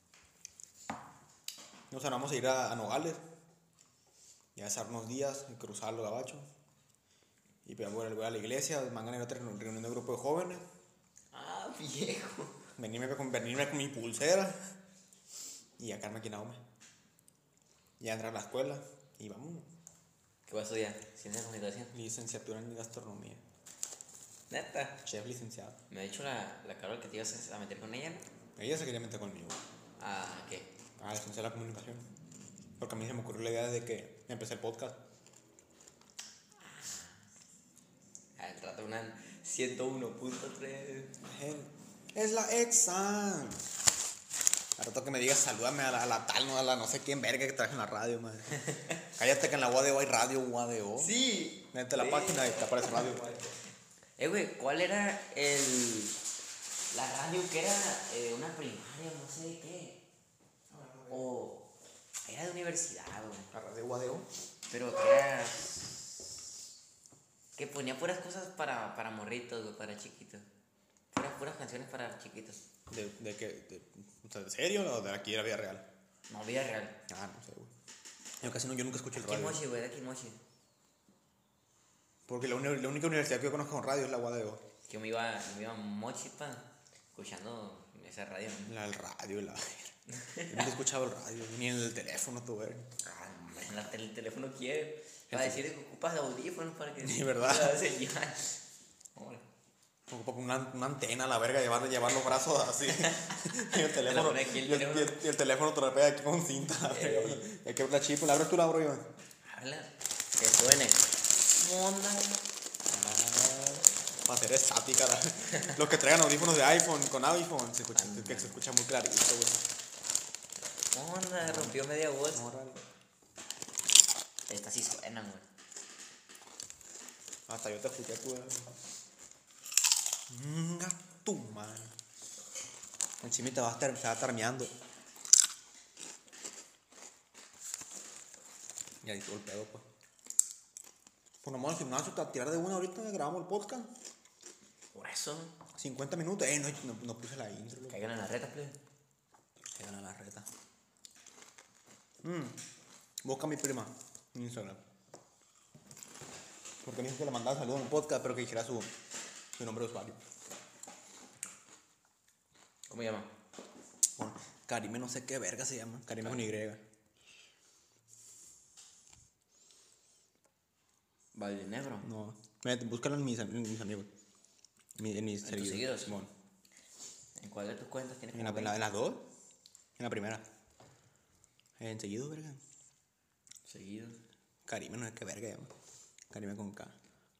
Nos vamos a ir a, a Nogales. Ya estar unos días y cruzar los gabachos. Y pues voy a, voy a la iglesia. Mañana hay otra reunión reunión de grupo de jóvenes. Ah, viejo. Venirme con, venirme con mi pulsera. Y a quedarme aquí en Ahome. Y a entrar a la escuela. Y vamos. ¿Qué vas a estudiar? Ciencia de comunicación. Licenciatura en gastronomía. Neta. Chef licenciado. Me ha dicho la, la Carol que te ibas a meter con ella, ¿no? Ella se quería meter conmigo. Ah, ¿qué? A la ciencia de la comunicación. Porque a mí se me ocurrió la idea de que empecé el podcast. Al rato una ciento uno punto tres. Es la exa. Al rato que me digas, salúdame a la, a la tal, no a la no sé quién verga que traje en la radio, madre. Cállate que en la U A D O hay radio U A D O. Sí. Vete a la Sí. página y te aparece radio. Eh, güey, ¿cuál era el. La radio que era eh, una primaria, no sé de qué? O. Era de universidad, güey. La radio U A D O. Pero que era. Que ponía puras cosas para, para morritos, güey, para chiquitos. Puras, puras canciones para chiquitos. ¿De, de qué? De, o sea, ¿de serio o de aquí de la vida real? No, vida real. Ah, no sé, güey. Yo casi no, yo nunca escucho el Aquí radio. Mochi, güey, de aquí Mochi. Porque la, uni- la única universidad que yo conozco con radio es la U A D O. Yo me iba, me iba a Mochipa escuchando esa radio. ¿No? La del radio, la... Yo nunca he escuchado el radio, ni en el teléfono, tú, ver. Ah, en la- el teléfono quiere. Para decir que ocupas audífonos para que... Sí, ¿verdad? la señal. Hombre. Ocupa una, una antena a la verga, llevar, llevar los brazos así. y el teléfono. pone aquí el y, el, teléfono. y el- y el teléfono te lo pega aquí con cinta. Eh. Hay que abrir la chip, la abres tú, la abro yo. Habla. Que suene. Monda. Para hacer estática. la- Los que traigan audífonos de iPhone con iPhone, se escucha, es que se escucha muy clarito, güey. Monda, rompió media voz. Órale. Estas sí suenan, güey. Hasta yo te escuché, tú. Mmm, tu madre. Encima te vas a estar, te va a estar meando. Y ahí todo el pedo, pues. Pues nos vamos al gimnasio, a tirar de una ahorita, grabamos el podcast. Por eso. cincuenta minutos. Eh, no, no, no puse la intro. loco. Caigan en la reta, plebe. Que gana la reta. Mmm. Busca a mi prima en Instagram. Porque me dijo que le mandaba saludos en un podcast, pero que dijera su, su nombre de usuario. ¿Cómo se llama? Bueno, Karime no sé qué verga se llama. Karime con Y. Valdenebro. No. Mira, búscalo en mis, en mis amigos. En mis, en mis ¿En tus seguidores? Simón. ¿En cuál de tus cuentas tienes En, la, como en, la- en veinte? las dos. En la primera. En seguido, verga. Seguidos. Karime no sé qué verga llama. Karime con K.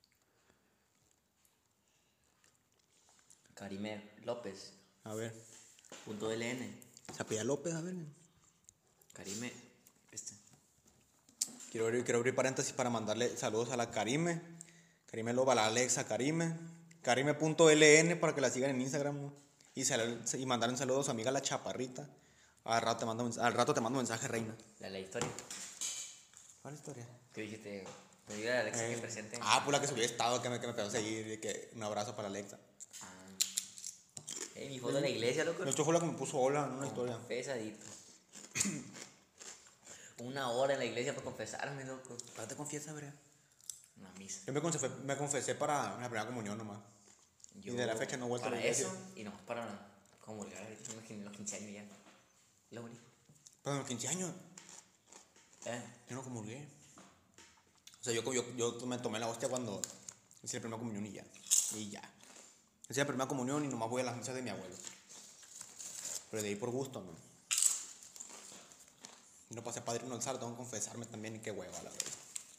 Karime López. A ver. Punto L N. Se apellida López, a ver. Karime. Este. Quiero abrir, quiero abrir paréntesis para mandarle saludos a la Karime. Karime Loba, a la Alexa Karime. Karime.ln para que la sigan en Instagram. ¿no? Y, sal- y mandar un saludo a su amiga la Chaparrita. Al rato te mando, mens- al rato te mando mensaje, reina. La, la historia. ¿Cuál historia? Que dijiste. Me diga a Alexa que presente. Ah, pues la que subió estado, que me, que me pegó a seguir. Y que un abrazo para Alexa. Ah. Eh, mi foto en la iglesia, loco. De hecho, fue la que me puso hola en una historia. Pesadito. Una hora en la iglesia para confesarme, loco. ¿Para te confiesa, verga? Una misa. Yo me confesé, me confesé para la primera comunión nomás. Yo, Y de la fecha no he vuelto a la para iglesia. eso y nomás para comulgar ahorita en los quince años ya. Lo único. Pero a los quince años, Eh. yo no comulgué. O sea, yo, yo, yo me tomé la hostia cuando hice la primera comunión y ya. Y ya. Hice la primera comunión y nomás voy a las misas de mi abuelo. Pero de ahí por gusto, ¿no? Y no pasé padrino al zar, tengo que confesarme también y qué hueva, la verdad.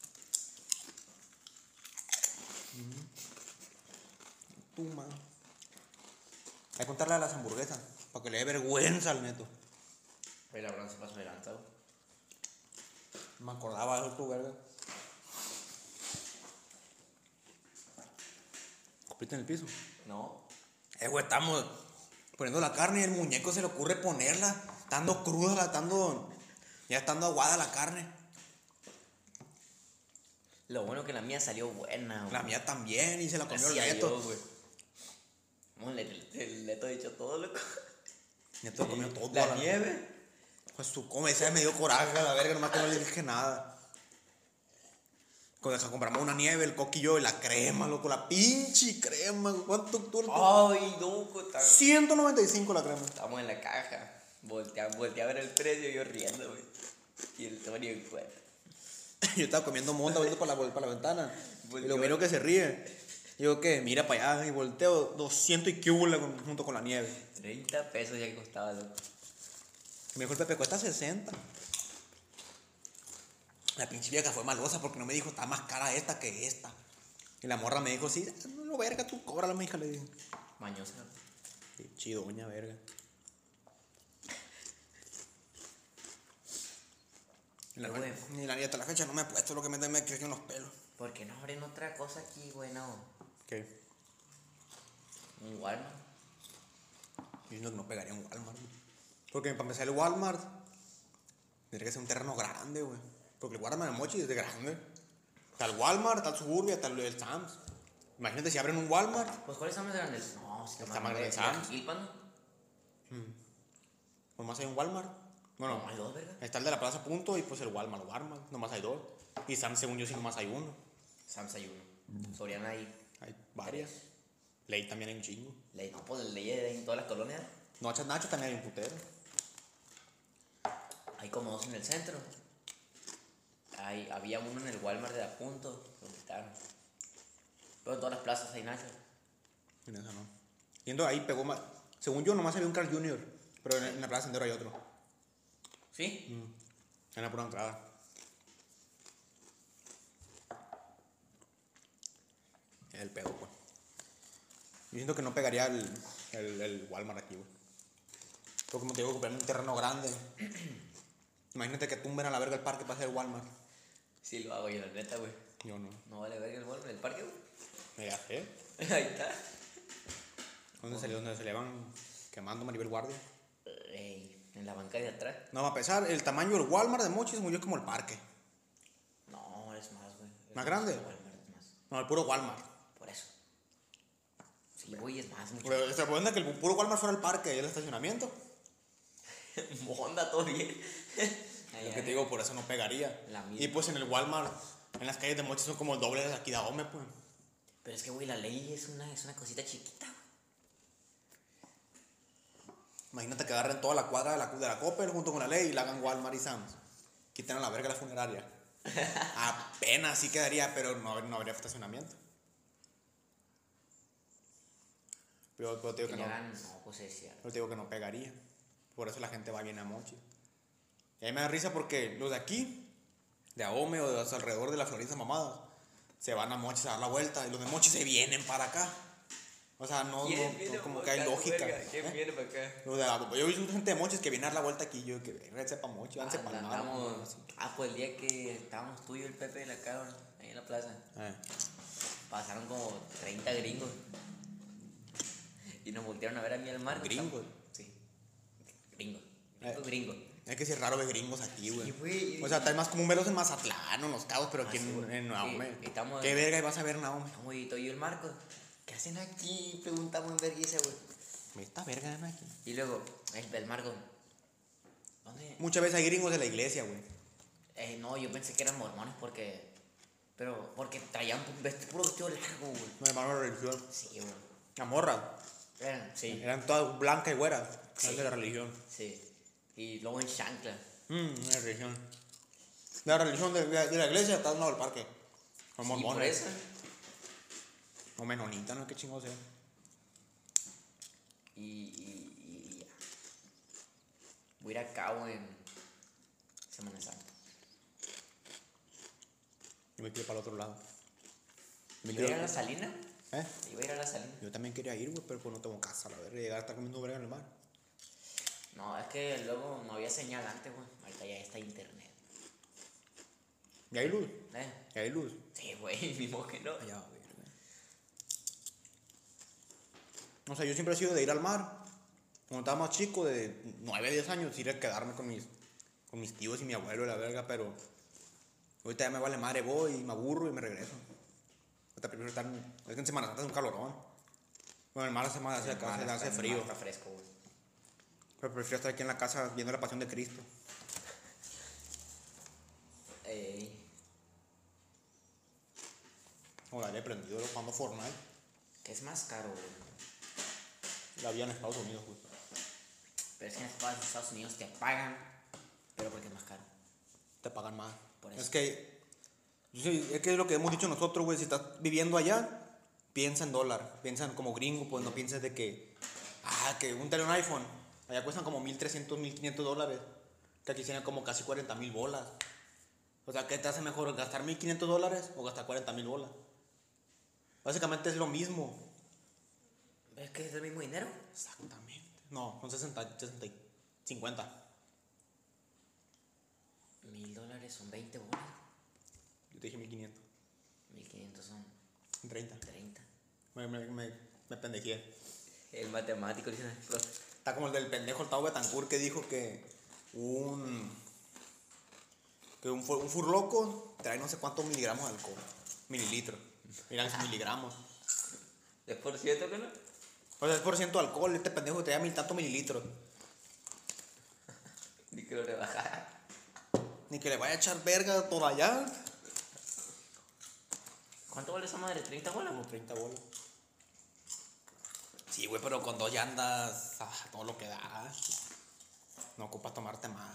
Tú, man. Hay que contarle a las hamburguesas, para que le dé vergüenza al neto. Pero la verdad se pasó adelantado. Me acordaba de eso, tu verga. ¿Copiste en el piso? No. Eh, güey, estamos poniendo la carne y el muñeco se le ocurre ponerla, estando cruda, la estando, ya estando aguada la carne. Lo bueno que la mía salió buena, güey. La mía también, y se la comió el Gracias a neto. Dios, güey. No, le- le- el neto ha dicho todo, loco. El neto comió todo. La nieve. Pues tú come, ese me dio coraje a la verga, nomás que no le dije nada. Cuando compramos una nieve, el coqui y yo, y la crema, loco, la pinche crema. ¿Cuánto tú? Ay, loco. está- ciento noventa y cinco la crema. Estamos en la caja. Voltea, voltea a ver el precio y yo riendo, güey. Y el Tony en cuenta. Yo estaba comiendo monda, viendo para la, para la ventana. Y Volteó. lo miro que se ríe. Digo, ¿qué? Mira para allá. Y volteo doscientos y cúbula junto con la nieve. treinta pesos ya que costaba, loco. Y me dijo el Pepe, cuesta sesenta. La pinche vieja fue malosa porque no me dijo, está más cara esta que esta. Y la morra me dijo, sí, no lo verga, tú cóbrala, mi hija, le dije. Mañosa. Sí, chido, doña verga. Y la, Qué güey. y la nieta a la fecha no me ha puesto lo que me, me crecen los pelos. ¿Por qué no abren otra cosa aquí, güey? No. ¿Qué? Un Walmart. Yo no, no pegaría un Walmart. güey. Porque para empezar el Walmart, tendría que ser un terreno grande, güey. Porque el Walmart de Mochi es de grande. Está el Walmart, está el Suburbia, está el, el Sam's. Imagínate si abren un Walmart. Pues, ¿cuáles son más grandes? No, si Está más grande el Sam's. Gilpan. Nomás hay un Walmart. Bueno, No, hay dos, ¿verdad? está el de la Plaza Punto y pues el Walmart, Walmart. Nomás hay dos. Y Sam's, según yo, sí nomás hay uno. Sam's hay uno. Soriana hay. Hay varias. Ley también hay un chingo. Ley, no, pues ley hay en todas las colonias. Noches Nacho también hay un putero. Hay como dos en el centro. Hay, había uno en el Walmart de Apunto, lo quitaron. Pero en todas las plazas hay nachos. En esa no. Yendo ahí pegó más. Según yo, nomás había un Carl junior Pero en, en la plaza Sendero hay otro. ¿Sí? Mm. En la pura entrada. El pego, pues. Yo siento que no pegaría el, el, el Walmart aquí, güey. Porque como te digo, comprar un terreno grande. Imagínate que tumben a la verga el parque para hacer Walmart. Sí lo hago yo, la neta, güey. Yo no. No vale verga el Walmart, el parque, güey. Me ya sé. Ahí está. ¿Dónde se, donde se le van quemando Maribel Guardia? Ey, en la banca de atrás. No, va a pesar, el tamaño del Walmart de Mochis murió como el parque. No, es más, güey. Es ¿Más grande? El Walmart es más. No, el puro Walmart. Por eso. Sí, güey, es más, mucho. Pero se supone que el puro Walmart fuera el parque y el estacionamiento. Monda todo bien. Lo que te digo, por eso no pegaría. La misma. Y pues en el Walmart, en las calles de Mochis son como el doble de aquí de Ahome, pues. Pero es que, güey, la ley es una, es una cosita chiquita, güey. Imagínate que agarren toda la cuadra de la, de la Coppel junto con la ley y la hagan Walmart y Sam's. Quiten a la verga la funeraria. Apenas sí quedaría, pero no, no habría estacionamiento. Pero, pero te digo que no. Hagan, no, pues es cierto. Pero te digo que no pegaría. Por eso la gente va bien a Mochis. Y a mí me da risa porque los de aquí, de Ahome o de los alrededor de la Florencia Mamadas, se van a Mochis a dar la vuelta y los de Mochis se vienen para acá. O sea, no, no, no como que hay lógica. ¿Quién ¿eh? viene para acá? Los de, yo he visto gente de Mochis que viene a dar la vuelta aquí. Yo que vénganse para Mochis, váyanse para el mar. Andamos, ah, pues el día que estábamos tú y yo, el Pepe de la cabra, ahí en la plaza, Eh. pasaron como treinta gringos. Y nos voltearon a ver a mí al mar. ¿Gringos? Sí. Gringos. Eh. Gringos, gringos. Es que sí es raro ver gringos aquí, güey. Sí, güey. O sea, tal más común verlos en Mazatlán o en Los Cabos, pero aquí Ah, sí, en, güey. en Naome. Sí, estamos- ¿Qué verga vas a ver en Naome? No, güey, tú y yo el Marco. ¿Qué hacen aquí? Preguntamos en vergüenza, güey. Esta verga en aquí. Y luego, el del Marco. ¿Dónde? Muchas veces hay gringos de la iglesia, güey. Eh, no, yo pensé que eran mormones porque. Pero, porque traían pu- vesti- puro vestido largo, güey. No, hermano de religión. Sí, güey. La morra. Eran, sí. Eran todas blancas y güeras. Sí. Es de la religión. Sí. Y luego en chancla. Mmm, de la religión. La religión de, de, de la iglesia está al lado del parque. Son Sí, por mormones. eso. O menonitas, no sé qué chingo sea. Y, y, y ya. Voy a ir a Cabo en Semana Santa. Yo me quiero ir para el otro lado. Me ¿Iba a ir quiero- a la Salina? ¿Eh? Iba a ir a la Salina. Yo también quería ir, güey, pero pues no tengo casa, la verga. Llegar a estar comiendo verga en el mar. No, es que luego no había señal antes, güey. Ahorita ya está internet. ¿Y hay luz? ¿Eh? ¿Y hay luz? Sí, güey, mismo que no. Allá, verga. O sea, yo siempre he sido de ir al mar. Cuando estaba más chico, de nueve, diez años, ir a quedarme con mis, con mis tíos y mi abuelo y la verga, pero ahorita ya me vale madre, voy y me aburro y me regreso. Ahorita prefiero estar en, es que en Semana Santa es un calorón. Bueno, el mar hace, más, hace, El mar hace, está- hace el mar frío. Está fresco, güey. Pero prefiero estar aquí en la casa viendo la Pasión de Cristo. Ey. O la había prendido jugando Fortnite. ¿Qué es más caro, güey? La había en Estados Unidos, güey. Pero es que en Estados Unidos te pagan, pero porque es más caro. Te pagan más. Por eso. Es que, yo sé- es que es lo que hemos dicho nosotros, güey. Si estás viviendo allá, piensa en dólar. Piensa en como gringo, pues no pienses de que, ah, que un teléfono iPhone, allá cuestan como mil trescientos, mil quinientos dólares. Que aquí serían como casi cuarenta mil bolas. O sea, ¿qué te hace mejor, gastar mil quinientos dólares o gastar cuarenta mil bolas? Básicamente es lo mismo. ¿Ves que es el mismo dinero? Exactamente. No, son sesenta, sesenta y cincuenta. Mil dólares son veinte bolas. Yo te dije mil quinientos. Mil quinientos son treinta. treinta. Me, me, me, me pendejé. El matemático dice, profe. Está como el del pendejo, el Tao Betancourt, que dijo que un. que un, fu- un furloco trae no sé cuántos miligramos de alcohol. Mililitros. Miran sus miligramos. ¿Es por cierto que no? O sea, es por ciento de alcohol. Este pendejo trae mil tantos mililitros. Ni que lo rebajara. Ni que le vaya a echar verga por allá. ¿Cuánto vale esa madre? ¿treinta bolas? Como treinta bolas. Sí, güey, pero con dos llantas, ah, todo lo que da. No ocupas tomarte más.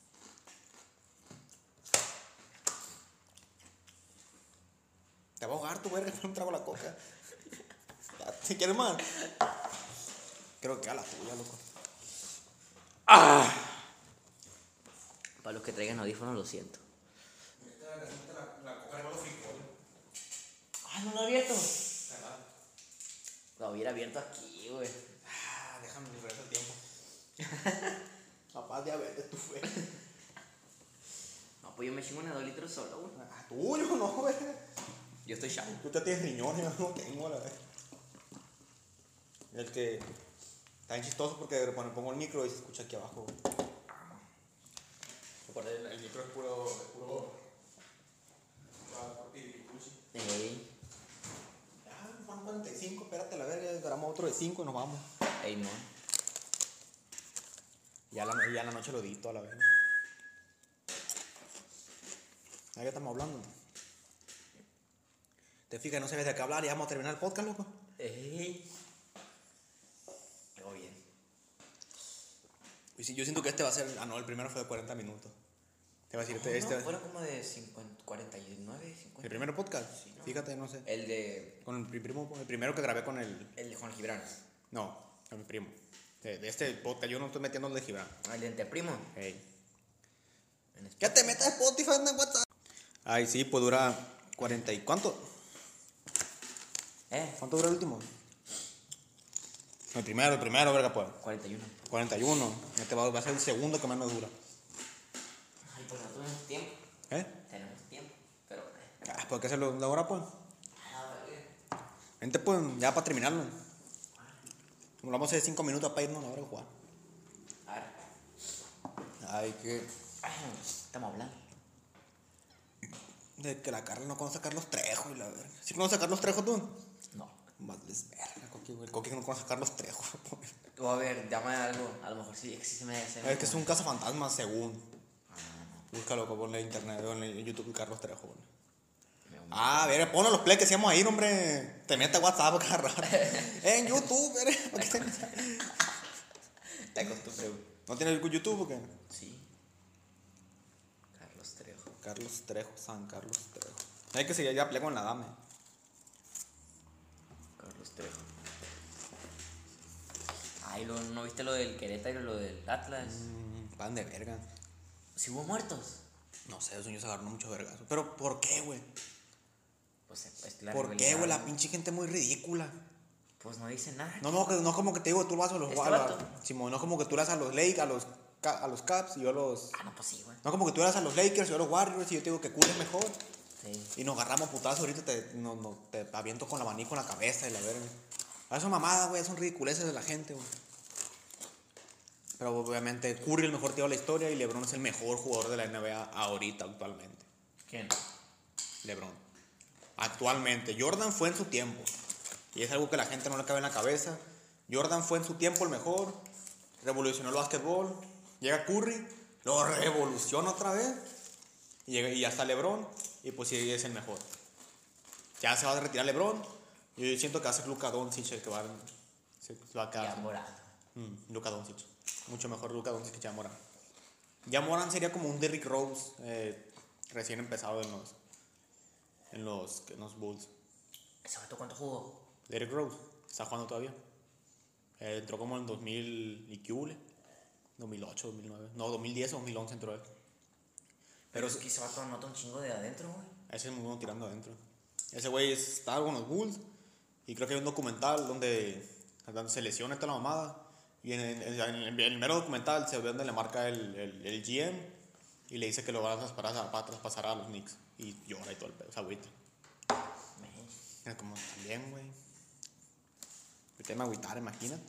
Te va a ahogar tu verga con un trago la coca. Si quieres más. Creo que a la tuya, loco. ¡Ah! Para los que traigan audífonos, lo siento. La, la coca no los frijoles. Ah, no lo he abierto. Lo hubiera abierto aquí, güey. Ah, déjame liberar el tiempo. Papá, diabetes, tú fue. No, pues yo me chingo una de dos litros solo, güey. Ah, tuyo, no, güey. Yo estoy chavo. Tú te tienes riñones, yo no tengo, la vez. El que está bien chistoso porque cuando pongo el micro y se escucha aquí abajo. El, el micro es puro. Es puro. Ey. Ah, van cuarenta y cinco, espérate la verga, grabamos otro de cinco y nos vamos. Ey, no. Ya la, ya la noche lo edito a la vez. Ahí ya estamos hablando. Te fijas, no sabes de qué hablar y vamos a terminar el podcast, loco. Ey. Todo bien. Y sí, yo siento que este va a ser. Ah, no, el primero fue de cuarenta minutos. Te va a decir, este. No, este fueron como de cincuenta, cuarenta y nueve, cincuenta. ¿El primer podcast? Sí, no. Fíjate, no sé. El de. Con el, primo, el primero que grabé con el. El de Juan Gibran. No, con mi primo. De, de este podcast, yo no estoy metiendo el de Gibran. El de Entre Primo. Hey. En Spotify. ¿Qué te metas Spotify en WhatsApp? Ay, sí, pues dura cuarenta y. ¿Cuánto? ¿Eh? ¿Cuánto dura el último? El primero, el primero, verga, pues. cuarenta y uno. cuarenta y uno. Este va, va a ser el segundo que menos dura. Ay, pues no tenemos tiempo. ¿Eh? Tenemos tiempo. Pero. Ah, pues hay que hacerlo de ahora, pues. Ah, vale. Vente, pues, ya para terminarlo. Como lo vamos a hacer cinco minutos para irnos a la hora de jugar. A ver. Ay, que. Estamos hablando. De que la Carla no conoce a Carlos Trejo y la verga. ¿Sí conoces a Carlos Trejo tú? No. Más les verga, Coqui, güey. El Coqui no conoce a Carlos Trejo. O a ver, llama algo. A lo mejor sí existe. Me Es que es un cazafantasmas, según. Búscalo, ponle en internet, en YouTube, Carlos Trejo. Güey. Ah, a ver, ponlo los play que hacíamos ahí, hombre. Te mete a WhatsApp cada rato. En YouTube, verga. ¿Para qué te metes? Te acostumbré, güey. ¿No tienes YouTube o qué? Sí. Carlos Trejo. Carlos Trejo, San Carlos Trejo. Hay que seguir ya peleé con la dame. Carlos Trejo. Ay, lo, ¿no viste lo del Querétaro y lo del Atlas? Mm, pan de verga. ¿Si hubo muertos? No sé, los niños se agarraron muchos vergazos. Pero, ¿por qué, güey? Pues es la ¿Por qué, rivalidad, güey? La pinche gente muy ridícula. Pues no dice nada. No, no, que- no como que te digo, tú vas a los... ¿Este a la- vato? Simón, no como que tú le das a los Lakers, a los, Ca- a los Caps y yo a los... Ah, no, pues sí, güey. No como que tú le das a los Lakers y yo a los Warriors y yo te digo que Curry es mejor. Sí. Y nos agarramos putazos ahorita, te, no, no, te aviento con el abanico en la cabeza y la verga. Ah, son mamadas, güey, son ridiculeces de la gente, güey. Pero obviamente Curry es el mejor tío de la historia y LeBron es el mejor jugador de la N B A ahorita, actualmente. ¿Quién? LeBron. Actualmente. Jordan fue en su tiempo. Y es algo que la gente no le cabe en la cabeza. Jordan fue en su tiempo el mejor. Revolucionó el básquetbol. Llega Curry. Lo revoluciona otra vez. Y, llega, y ya está LeBron. Y pues sí, es el mejor. Ya se va a retirar LeBron. Yo siento que va a ser Luka Doncic el que va a, se va a quedar. Ya morado. Mm, Luka Doncic. Mucho mejor Luka Doncic que Jamoran. Jamoran sería como un Derrick Rose eh, recién empezado en los en los, en los Bulls. ¿Ese vato cuánto jugó? Derrick Rose está jugando todavía. Eh, entró como en dos mil y qué hule. dos mil ocho, dos mil nueve. No, dos mil diez o dos mil once entró él. Pero es que ese vato anota un chingo de adentro, güey. Ese es muy bueno tirando adentro. Ese güey estaba con los Bulls. Y creo que hay un documental donde, donde se lesiona esta la mamada. Y en, en, en, en el mero documental se ve donde le marca el, el, el G M. Y le dice que lo van a traspasar, para traspasar a los Knicks. Y llora y todo el pedo. O sea, agüita. Era como también, güey. El tema agüitar, imagínate.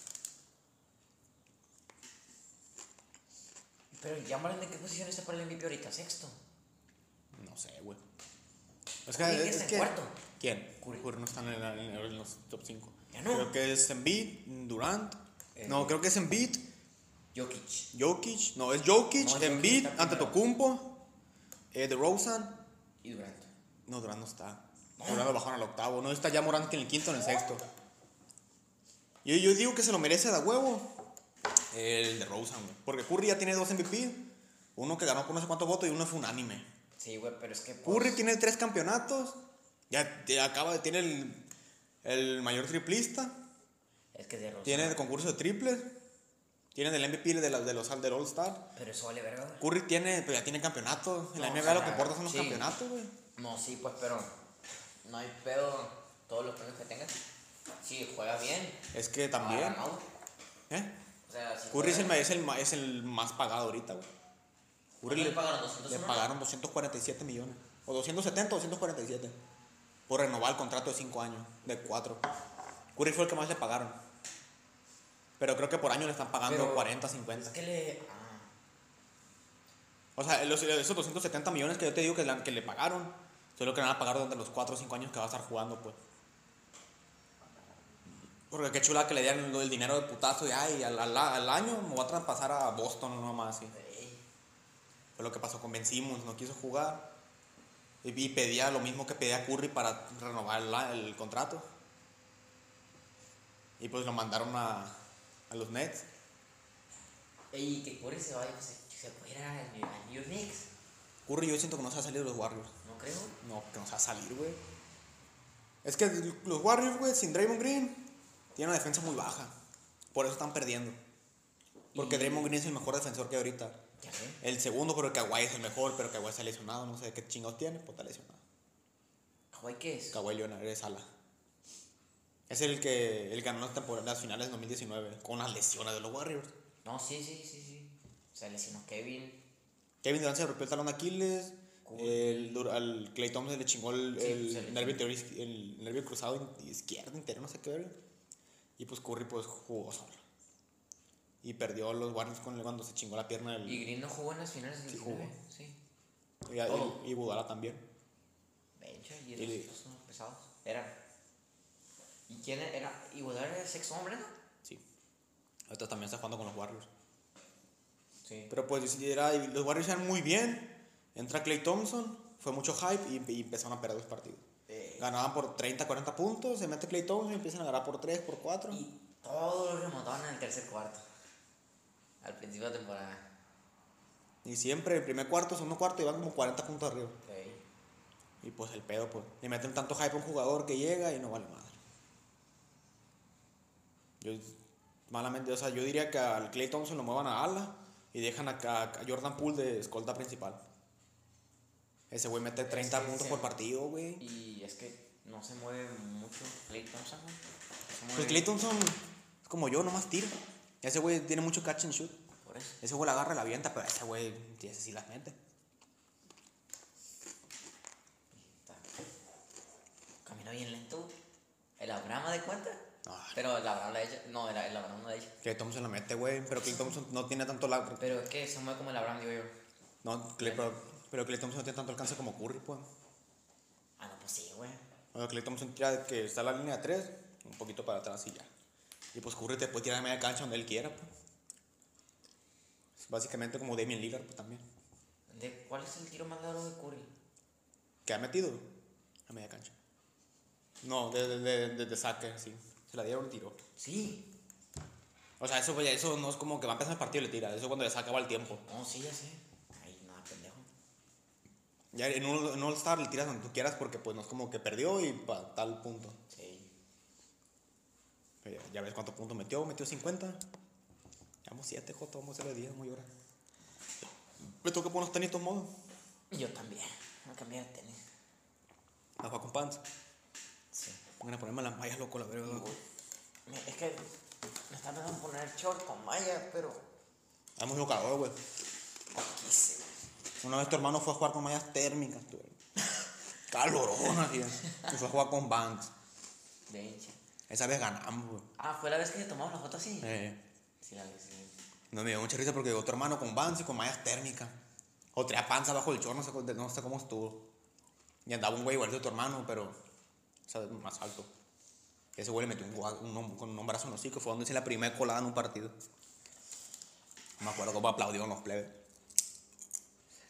Pero ya Morán, ¿de qué posición está para el M V P ahorita? ¿Sexto? No sé, güey. Es ¿Quién que, está es en que, cuarto? ¿Quién? Curry. Curry no está en, en, en los top cinco. ¿Ya no? Creo que es Embiid, Durant. Eh, no, creo que es Embiid, Jokic. Jokic. No, es Jokic, No, Embiid, Jokic está Antetokounmpo, eh, DeRozan. Y Durant. No, Durant no está. Ahora lo bajaron al octavo. No está ya Morant que en el quinto o en el sexto. Yo, yo digo que se lo merece de huevo el de Rosen, güey. Porque Curry ya tiene dos M V P. Uno que ganó por no sé cuántos votos y uno fue unánime. Sí, güey, pero es que... Pues, Curry tiene tres campeonatos. Ya, ya acaba de... Tiene el, el mayor triplista. Es que de Rosen... Tiene el concurso de triples. Tiene el M V P de, la, de los del All-Star. Pero eso vale verga, güey. Curry tiene... Pero ya tiene campeonatos. En la No, N B A o sea, lo que importa son los sí. campeonatos, güey. No, sí, pues, pero... No hay pedo todos los premios que tengas. Si juega bien... Es que también... ha ganado. ¿Eh? O sea, si Curry es juega- el, es, el, ma- es el más pagado ahorita, güey. Curry ¿Cuánto le, le pagaron? ¿doscientos le uno? pagaron doscientos cuarenta y siete millones. O doscientos setenta o doscientos cuarenta y siete. Por renovar el contrato de cinco años. De cuatro. Curry fue el que más le pagaron. Pero creo que por año le están pagando Pero- cuarenta, cincuenta. Es que le... Ah, O sea, los- esos doscientos setenta millones que yo te digo que, la- que le pagaron, solo que le van a pagar durante los cuatro o cinco años que va a estar jugando, pues. Porque qué chula que le dieran el, el dinero de putazo y ay, al, al, al año me voy a traspasar a Boston nomás así. güey. Fue lo que pasó con Ben Simmons, no quiso jugar. Y, y pedía lo mismo que pedía Curry para renovar el, el contrato. Y pues lo mandaron a, a los Nets. Ey, que Curry se vaya, se, se puede ir a, a New York Knicks. Curry yo siento que no se va a salir de los Warriors. No creo. No, que no se va a salir, güey. Es que los Warriors, güey, sin Draymond Green, tienen una defensa muy baja. Por eso están perdiendo. Porque Y- Draymond Green es el mejor defensor que hay ahorita. Ya sé. El segundo, pero Kawhi es el mejor, pero Kawhi está lesionado. No sé qué chingados tiene, pues está lesionado. ¿Kawhi qué es? Kawhi Leonard es ala. Es el que el ganó las, temporadas, las finales de dos mil diecinueve con las lesiones de los Warriors. No, sí, sí, sí, sí. Se lesionó Kevin. Kevin Durant se rompió el talón de Aquiles. El, Dur- al Klay Thompson le chingó el, Sí, el se le nervio, interior izqui- el nervio cruzado in- izquierdo, interior, no sé qué ver. Y pues Curry pues jugó solo. Y perdió los Warriors con, cuando se chingó la pierna del. Y Green no jugó en las finales del Sí diecinueve. jugó. Sí. Y, y, todo. y Iguodala también. Bencha y Y le- esos son los pesados. Eran. ¿Y quién era? Iguodala era el sexto hombre, ¿no? Sí. Ahorita también está jugando con los Warriors. Sí. Pero pues si era, y los Warriors eran muy bien. Entra Klay Thompson, fue mucho hype y, y empezaron a perder los partidos. Eh. Ganaban por treinta, cuarenta puntos, se mete Klay Thompson y empiezan a ganar por tres, por cuatro. Y todos los remontaban en el tercer cuarto. Al principio de temporada. Y siempre el primer cuarto, segundo cuarto, iban como cuarenta puntos arriba. Ok. Y pues el pedo, pues. Le meten tanto hype a un jugador que llega y no vale madre. Yo, malamente, o sea, yo diría que al Klay Thompson lo muevan a ala y dejan a, a, a Jordan Poole de escolta principal. Ese güey mete treinta que puntos se- por partido, güey. Y es que no se mueve mucho Klay Thompson, güey. No se mueve Pues Klay Thompson es como yo, nomás tira. Ese güey tiene mucho catch and shoot. por eso. Ese güey la agarra y la avienta, pero ese güey, ese sí las mete. Está. Camina bien lento, güey. ¿El Abraham de cuenta? Ah. Pero el Abraham la hecho. No, el, el Abraham no la ha hecho. Klay Thompson la mete, güey, pero Klay Thompson no tiene tanto la... Pero es que se mueve como el Abraham, digo yo. No, Klay, pero, pero Klay Thompson no tiene tanto alcance como Curry, pues. Ah, no, pues sí, güey. Bueno, Klay Thompson tira que está en la línea de tres, un poquito para atrás y ya. Y pues Curry te puede tirar a media cancha donde él quiera, pues. Es básicamente como Damian Lillard, pues también. ¿De cuál es el tiro más largo de Curry? ¿Qué ha metido? A media cancha. No, de, de, de, de saque, sí. Se la dieron y tiró. Sí. O sea, eso, pues, eso no es como que va a empezar el partido y le tira. Eso cuando ya se acaba el tiempo. No, sí, ya sé. Ay, nada, pendejo. Ya en un, en un All-Star le tiras donde tú quieras porque pues no es como que perdió y para tal punto. Sí. Pero ya, ya ves cuántos puntos metió, metió cincuenta. Llevamos siete, Joto, vamos a hacerle diez, muy hora. Me toca poner los tenis de modo. Y yo también. Me cambié de tenis. A jugar con pants. Sí. Pongan a ponerme las mallas, loco, la verga. Me- Es que me están dando poner short con malla, pero Hemos ido calor, güey. poquísimo. Una vez tu hermano fue a jugar con mallas térmicas, tú. Calorona, tío. Y fue a jugar con Vans. De hincha. Esa vez ganamos, güey. Ah, ¿fue la vez que tomamos la foto así? Eh, Sí, la vez, sí. no me dio mucha risa porque llegó tu hermano con Vans y con mallas térmicas. O traía panza bajo el short, no sé, cómo- no sé cómo estuvo. Y andaba un güey igual de tu hermano, pero, o sea, más alto. Ese güey le metió un, gua- un, hom- con un brazo en los hocico. Fue donde hice la primera colada en un partido. No me acuerdo cómo aplaudieron los plebes. Sí,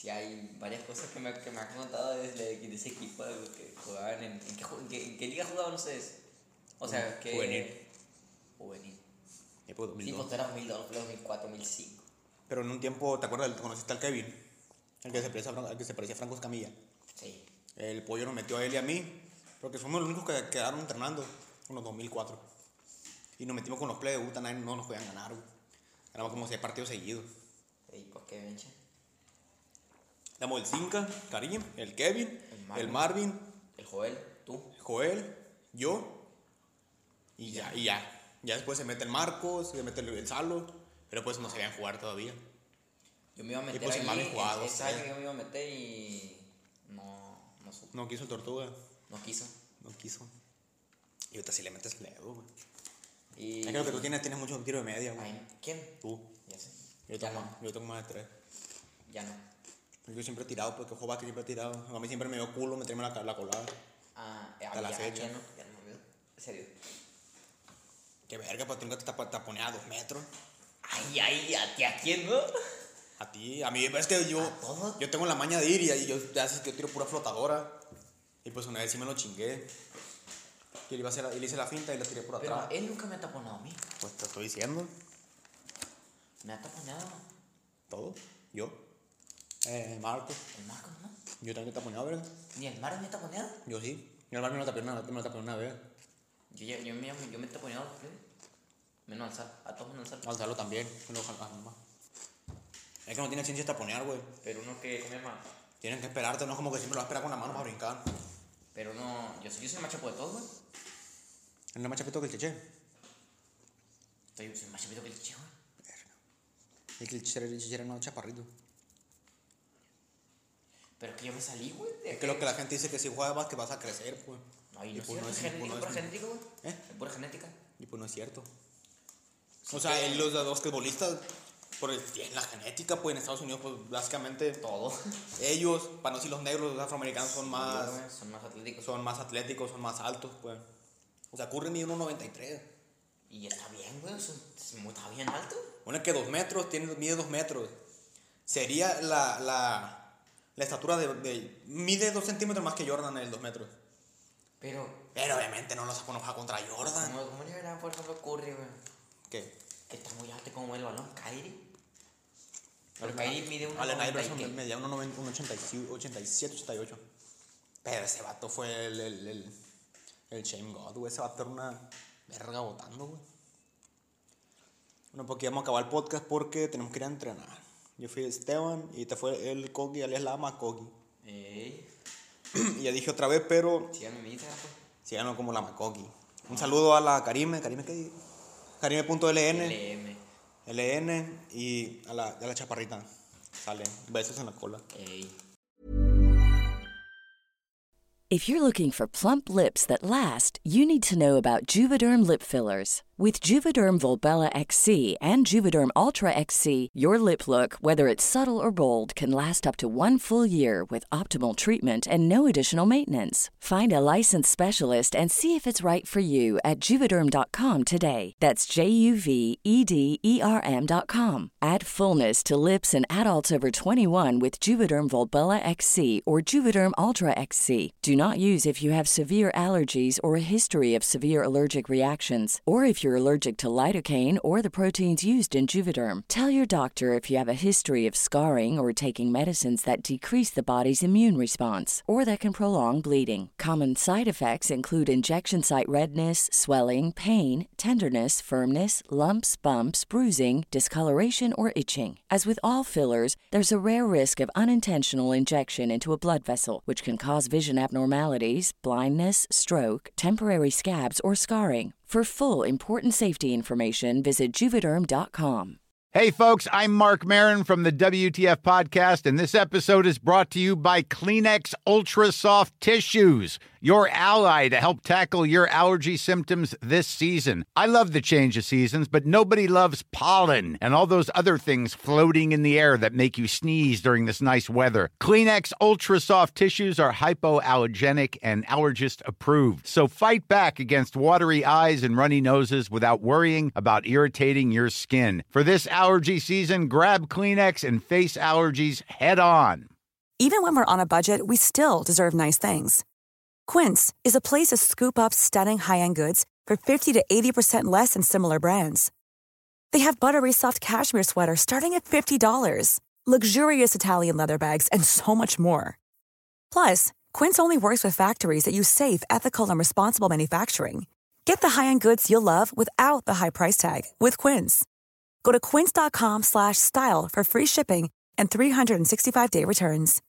Sí, hay varias cosas que me, que me han contado desde de ese equipo que jugaban en... ¿En qué, en qué, en qué liga jugaban ustedes? O sea, que... Juvenil. Juvenil. Y pues dos mil Sí, dos. pues era dos mil dos, dos mil cuatro, dos mil cinco. Pero en un tiempo, ¿te acuerdas? ¿Conociste al Kevin? El que se parecía a, Fran- el que se parecía a Franco Escamilla. Sí. El pollo nos metió a él y a mí, porque somos los únicos que quedaron entrenando en los dos mil cuatro. Y nos metimos con los play de Buta, nadie no nos podían ganar, güey. Éramos como seis partidos seguidos. ¿Y por qué, benche? Éramos el Cinca, Karim, el Kevin, El el Marvin. Marvin, El Joel, tú. Joel, yo, y ya, y ya. Ya después se mete el Marcos, se mete el, el Salo, pero pues no sabían jugar todavía. Yo me iba a meter pues, ahí, el Marvin jugaba dos, ese año tres. yo me iba a meter y... No, no supo. No quiso el Tortuga, No quiso. no quiso. Y ahorita sí le metes el dedo, güey. Y... Es que lo que tú tienes, tienes mucho tiro de media, güey. Ay, ¿quién? Tú. Ya sé. Yo Ya tengo, no. yo tengo más de tres. Ya no. Yo siempre he tirado, porque juego básquet siempre he tirado. A mí siempre me dio culo meterme la, la colada. Ah, Te ya, las ya, echas. ya no, ya no me olvido. En serio. Qué verga, pues tú nunca te tap- taponeas a dos metros. Ay, ay, ¿a ti a quién, no? A ti, a mí, es que yo, todos? yo tengo la maña de ir y ahí yo, ya haces que yo tiro pura flotadora. Y pues una vez sí me lo chingué. Y le, iba a hacer, y le hice la finta y la tiré por Pero atrás. él nunca me ha taponado a mí. Pues te estoy diciendo. Me ha taponado Todo. Yo. Eh, Marco. el Marco, ¿no? Yo también te he taponeado, ¿verdad? ¿Ni el Mario me ha taponado? Yo sí. Yo al Marco me lo tapé una, me lo tapé una vez. Yo, ya- yo, me, yo me he taponado a los plebes. Menos al sal, a todos menos al sal. Al Salo también. Me lo jalaba nomás. Es que no tiene ciencia de taponear, güey. Pero uno que come más. Tienen que esperarte, no es como que siempre lo vas a esperar con la mano para brincar. Pero no, yo soy, yo soy el más chapo de todos, güey. Es más chapito que el Cheche. Soy, soy más chapito que el chicho, güey. Es que el Cheche, el Cheche era más chaparrito. Pero es que yo me salí, güey. de Es que lo que la gente dice que si juegas que vas a crecer, pues. Ay, Y no es pues cierto, es y genética, pues es pura es- genética, güey. ¿Eh? Es pura genética. Y pues no es cierto. O sea, el- los basquetbolistas, por el, tienen la genética, pues en Estados Unidos, pues básicamente Todo. ellos, para no decir los negros, los afroamericanos son más, Güey, son más atléticos. son más atléticos, son más altos, pues. O sea, Curry mide uno noventa y tres. Y está bien, güey. son- Está bien alto. Bueno, es que dos metros, tiene, mide dos metros. Sería la, la, la estatura de, de... Mide dos centímetros más que Jordan en el dos metros. Pero, Pero obviamente no los pones contra Jordan. ¿cómo, cómo le verán, por ejemplo, Curry, güey? ¿Qué? Que está muy alto como el balón. Kyrie. Pero Allen- Kyrie mide uno Allen noventa y Iverson qué. medía uno ochenta y siete, ochenta y ocho. Pero ese vato fue el, el, el, el Shame God, güey. Ese vato era una verga botando, güey. Bueno, porque vamos a acabar el podcast porque tenemos que ir a entrenar. Yo fui Esteban y te fue el Kogi, alias Lama Kogi. Ey. Y ya dije otra vez, pero Síganme en mi Instagram, pues. síganos como Lama Kogi. Un saludo a la Karime, Karime ¿qué? Karime.ln. L M. L N y a la, a la chaparrita. Sale. Besos en la cola. Ey. If you're looking for plump lips that last, you need to know about Juvederm lip fillers. With Juvederm Volbella X C and Juvederm Ultra X C, your lip look, whether it's subtle or bold, can last up to one full year with optimal treatment and no additional maintenance. Find a licensed specialist and see if it's right for you at Juvederm dot com today. That's J U V E D E R M dot com. Add fullness to lips in adults over twenty-one with Juvederm Volbella X C or Juvederm Ultra X C. Do not use if you have severe allergies or a history of severe allergic reactions, or if you're allergic to lidocaine or the proteins used in Juvederm. Tell your doctor if you have a history of scarring or taking medicines that decrease the body's immune response or that can prolong bleeding. Common side effects include injection site redness, swelling, pain, tenderness, firmness, lumps, bumps, bruising, discoloration, or itching. As with all fillers, there's a rare risk of unintentional injection into a blood vessel, which can cause vision abnormalities, blindness, stroke, temporary scabs, or scarring. For full important safety information, visit Juvederm dot com. Hey, folks, I'm Mark Marin from the W T F Podcast, and this episode is brought to you by Kleenex Ultra Soft Tissues, your ally to help tackle your allergy symptoms this season. I love the change of seasons, but nobody loves pollen and all those other things floating in the air that make you sneeze during this nice weather. Kleenex Ultra Soft Tissues are hypoallergenic and allergist approved, so fight back against watery eyes and runny noses without worrying about irritating your skin. For this allergy season, grab Kleenex and face allergies head on. Even when we're on a budget, we still deserve nice things. Quince is a place to scoop up stunning high-end goods for fifty to eighty percent less than similar brands. They have buttery soft cashmere sweaters starting at fifty dollars, luxurious Italian leather bags, and so much more. Plus, Quince only works with factories that use safe, ethical, and responsible manufacturing. Get the high-end goods you'll love without the high price tag with Quince. Go to quince.com slash style for free shipping and three sixty-five day returns.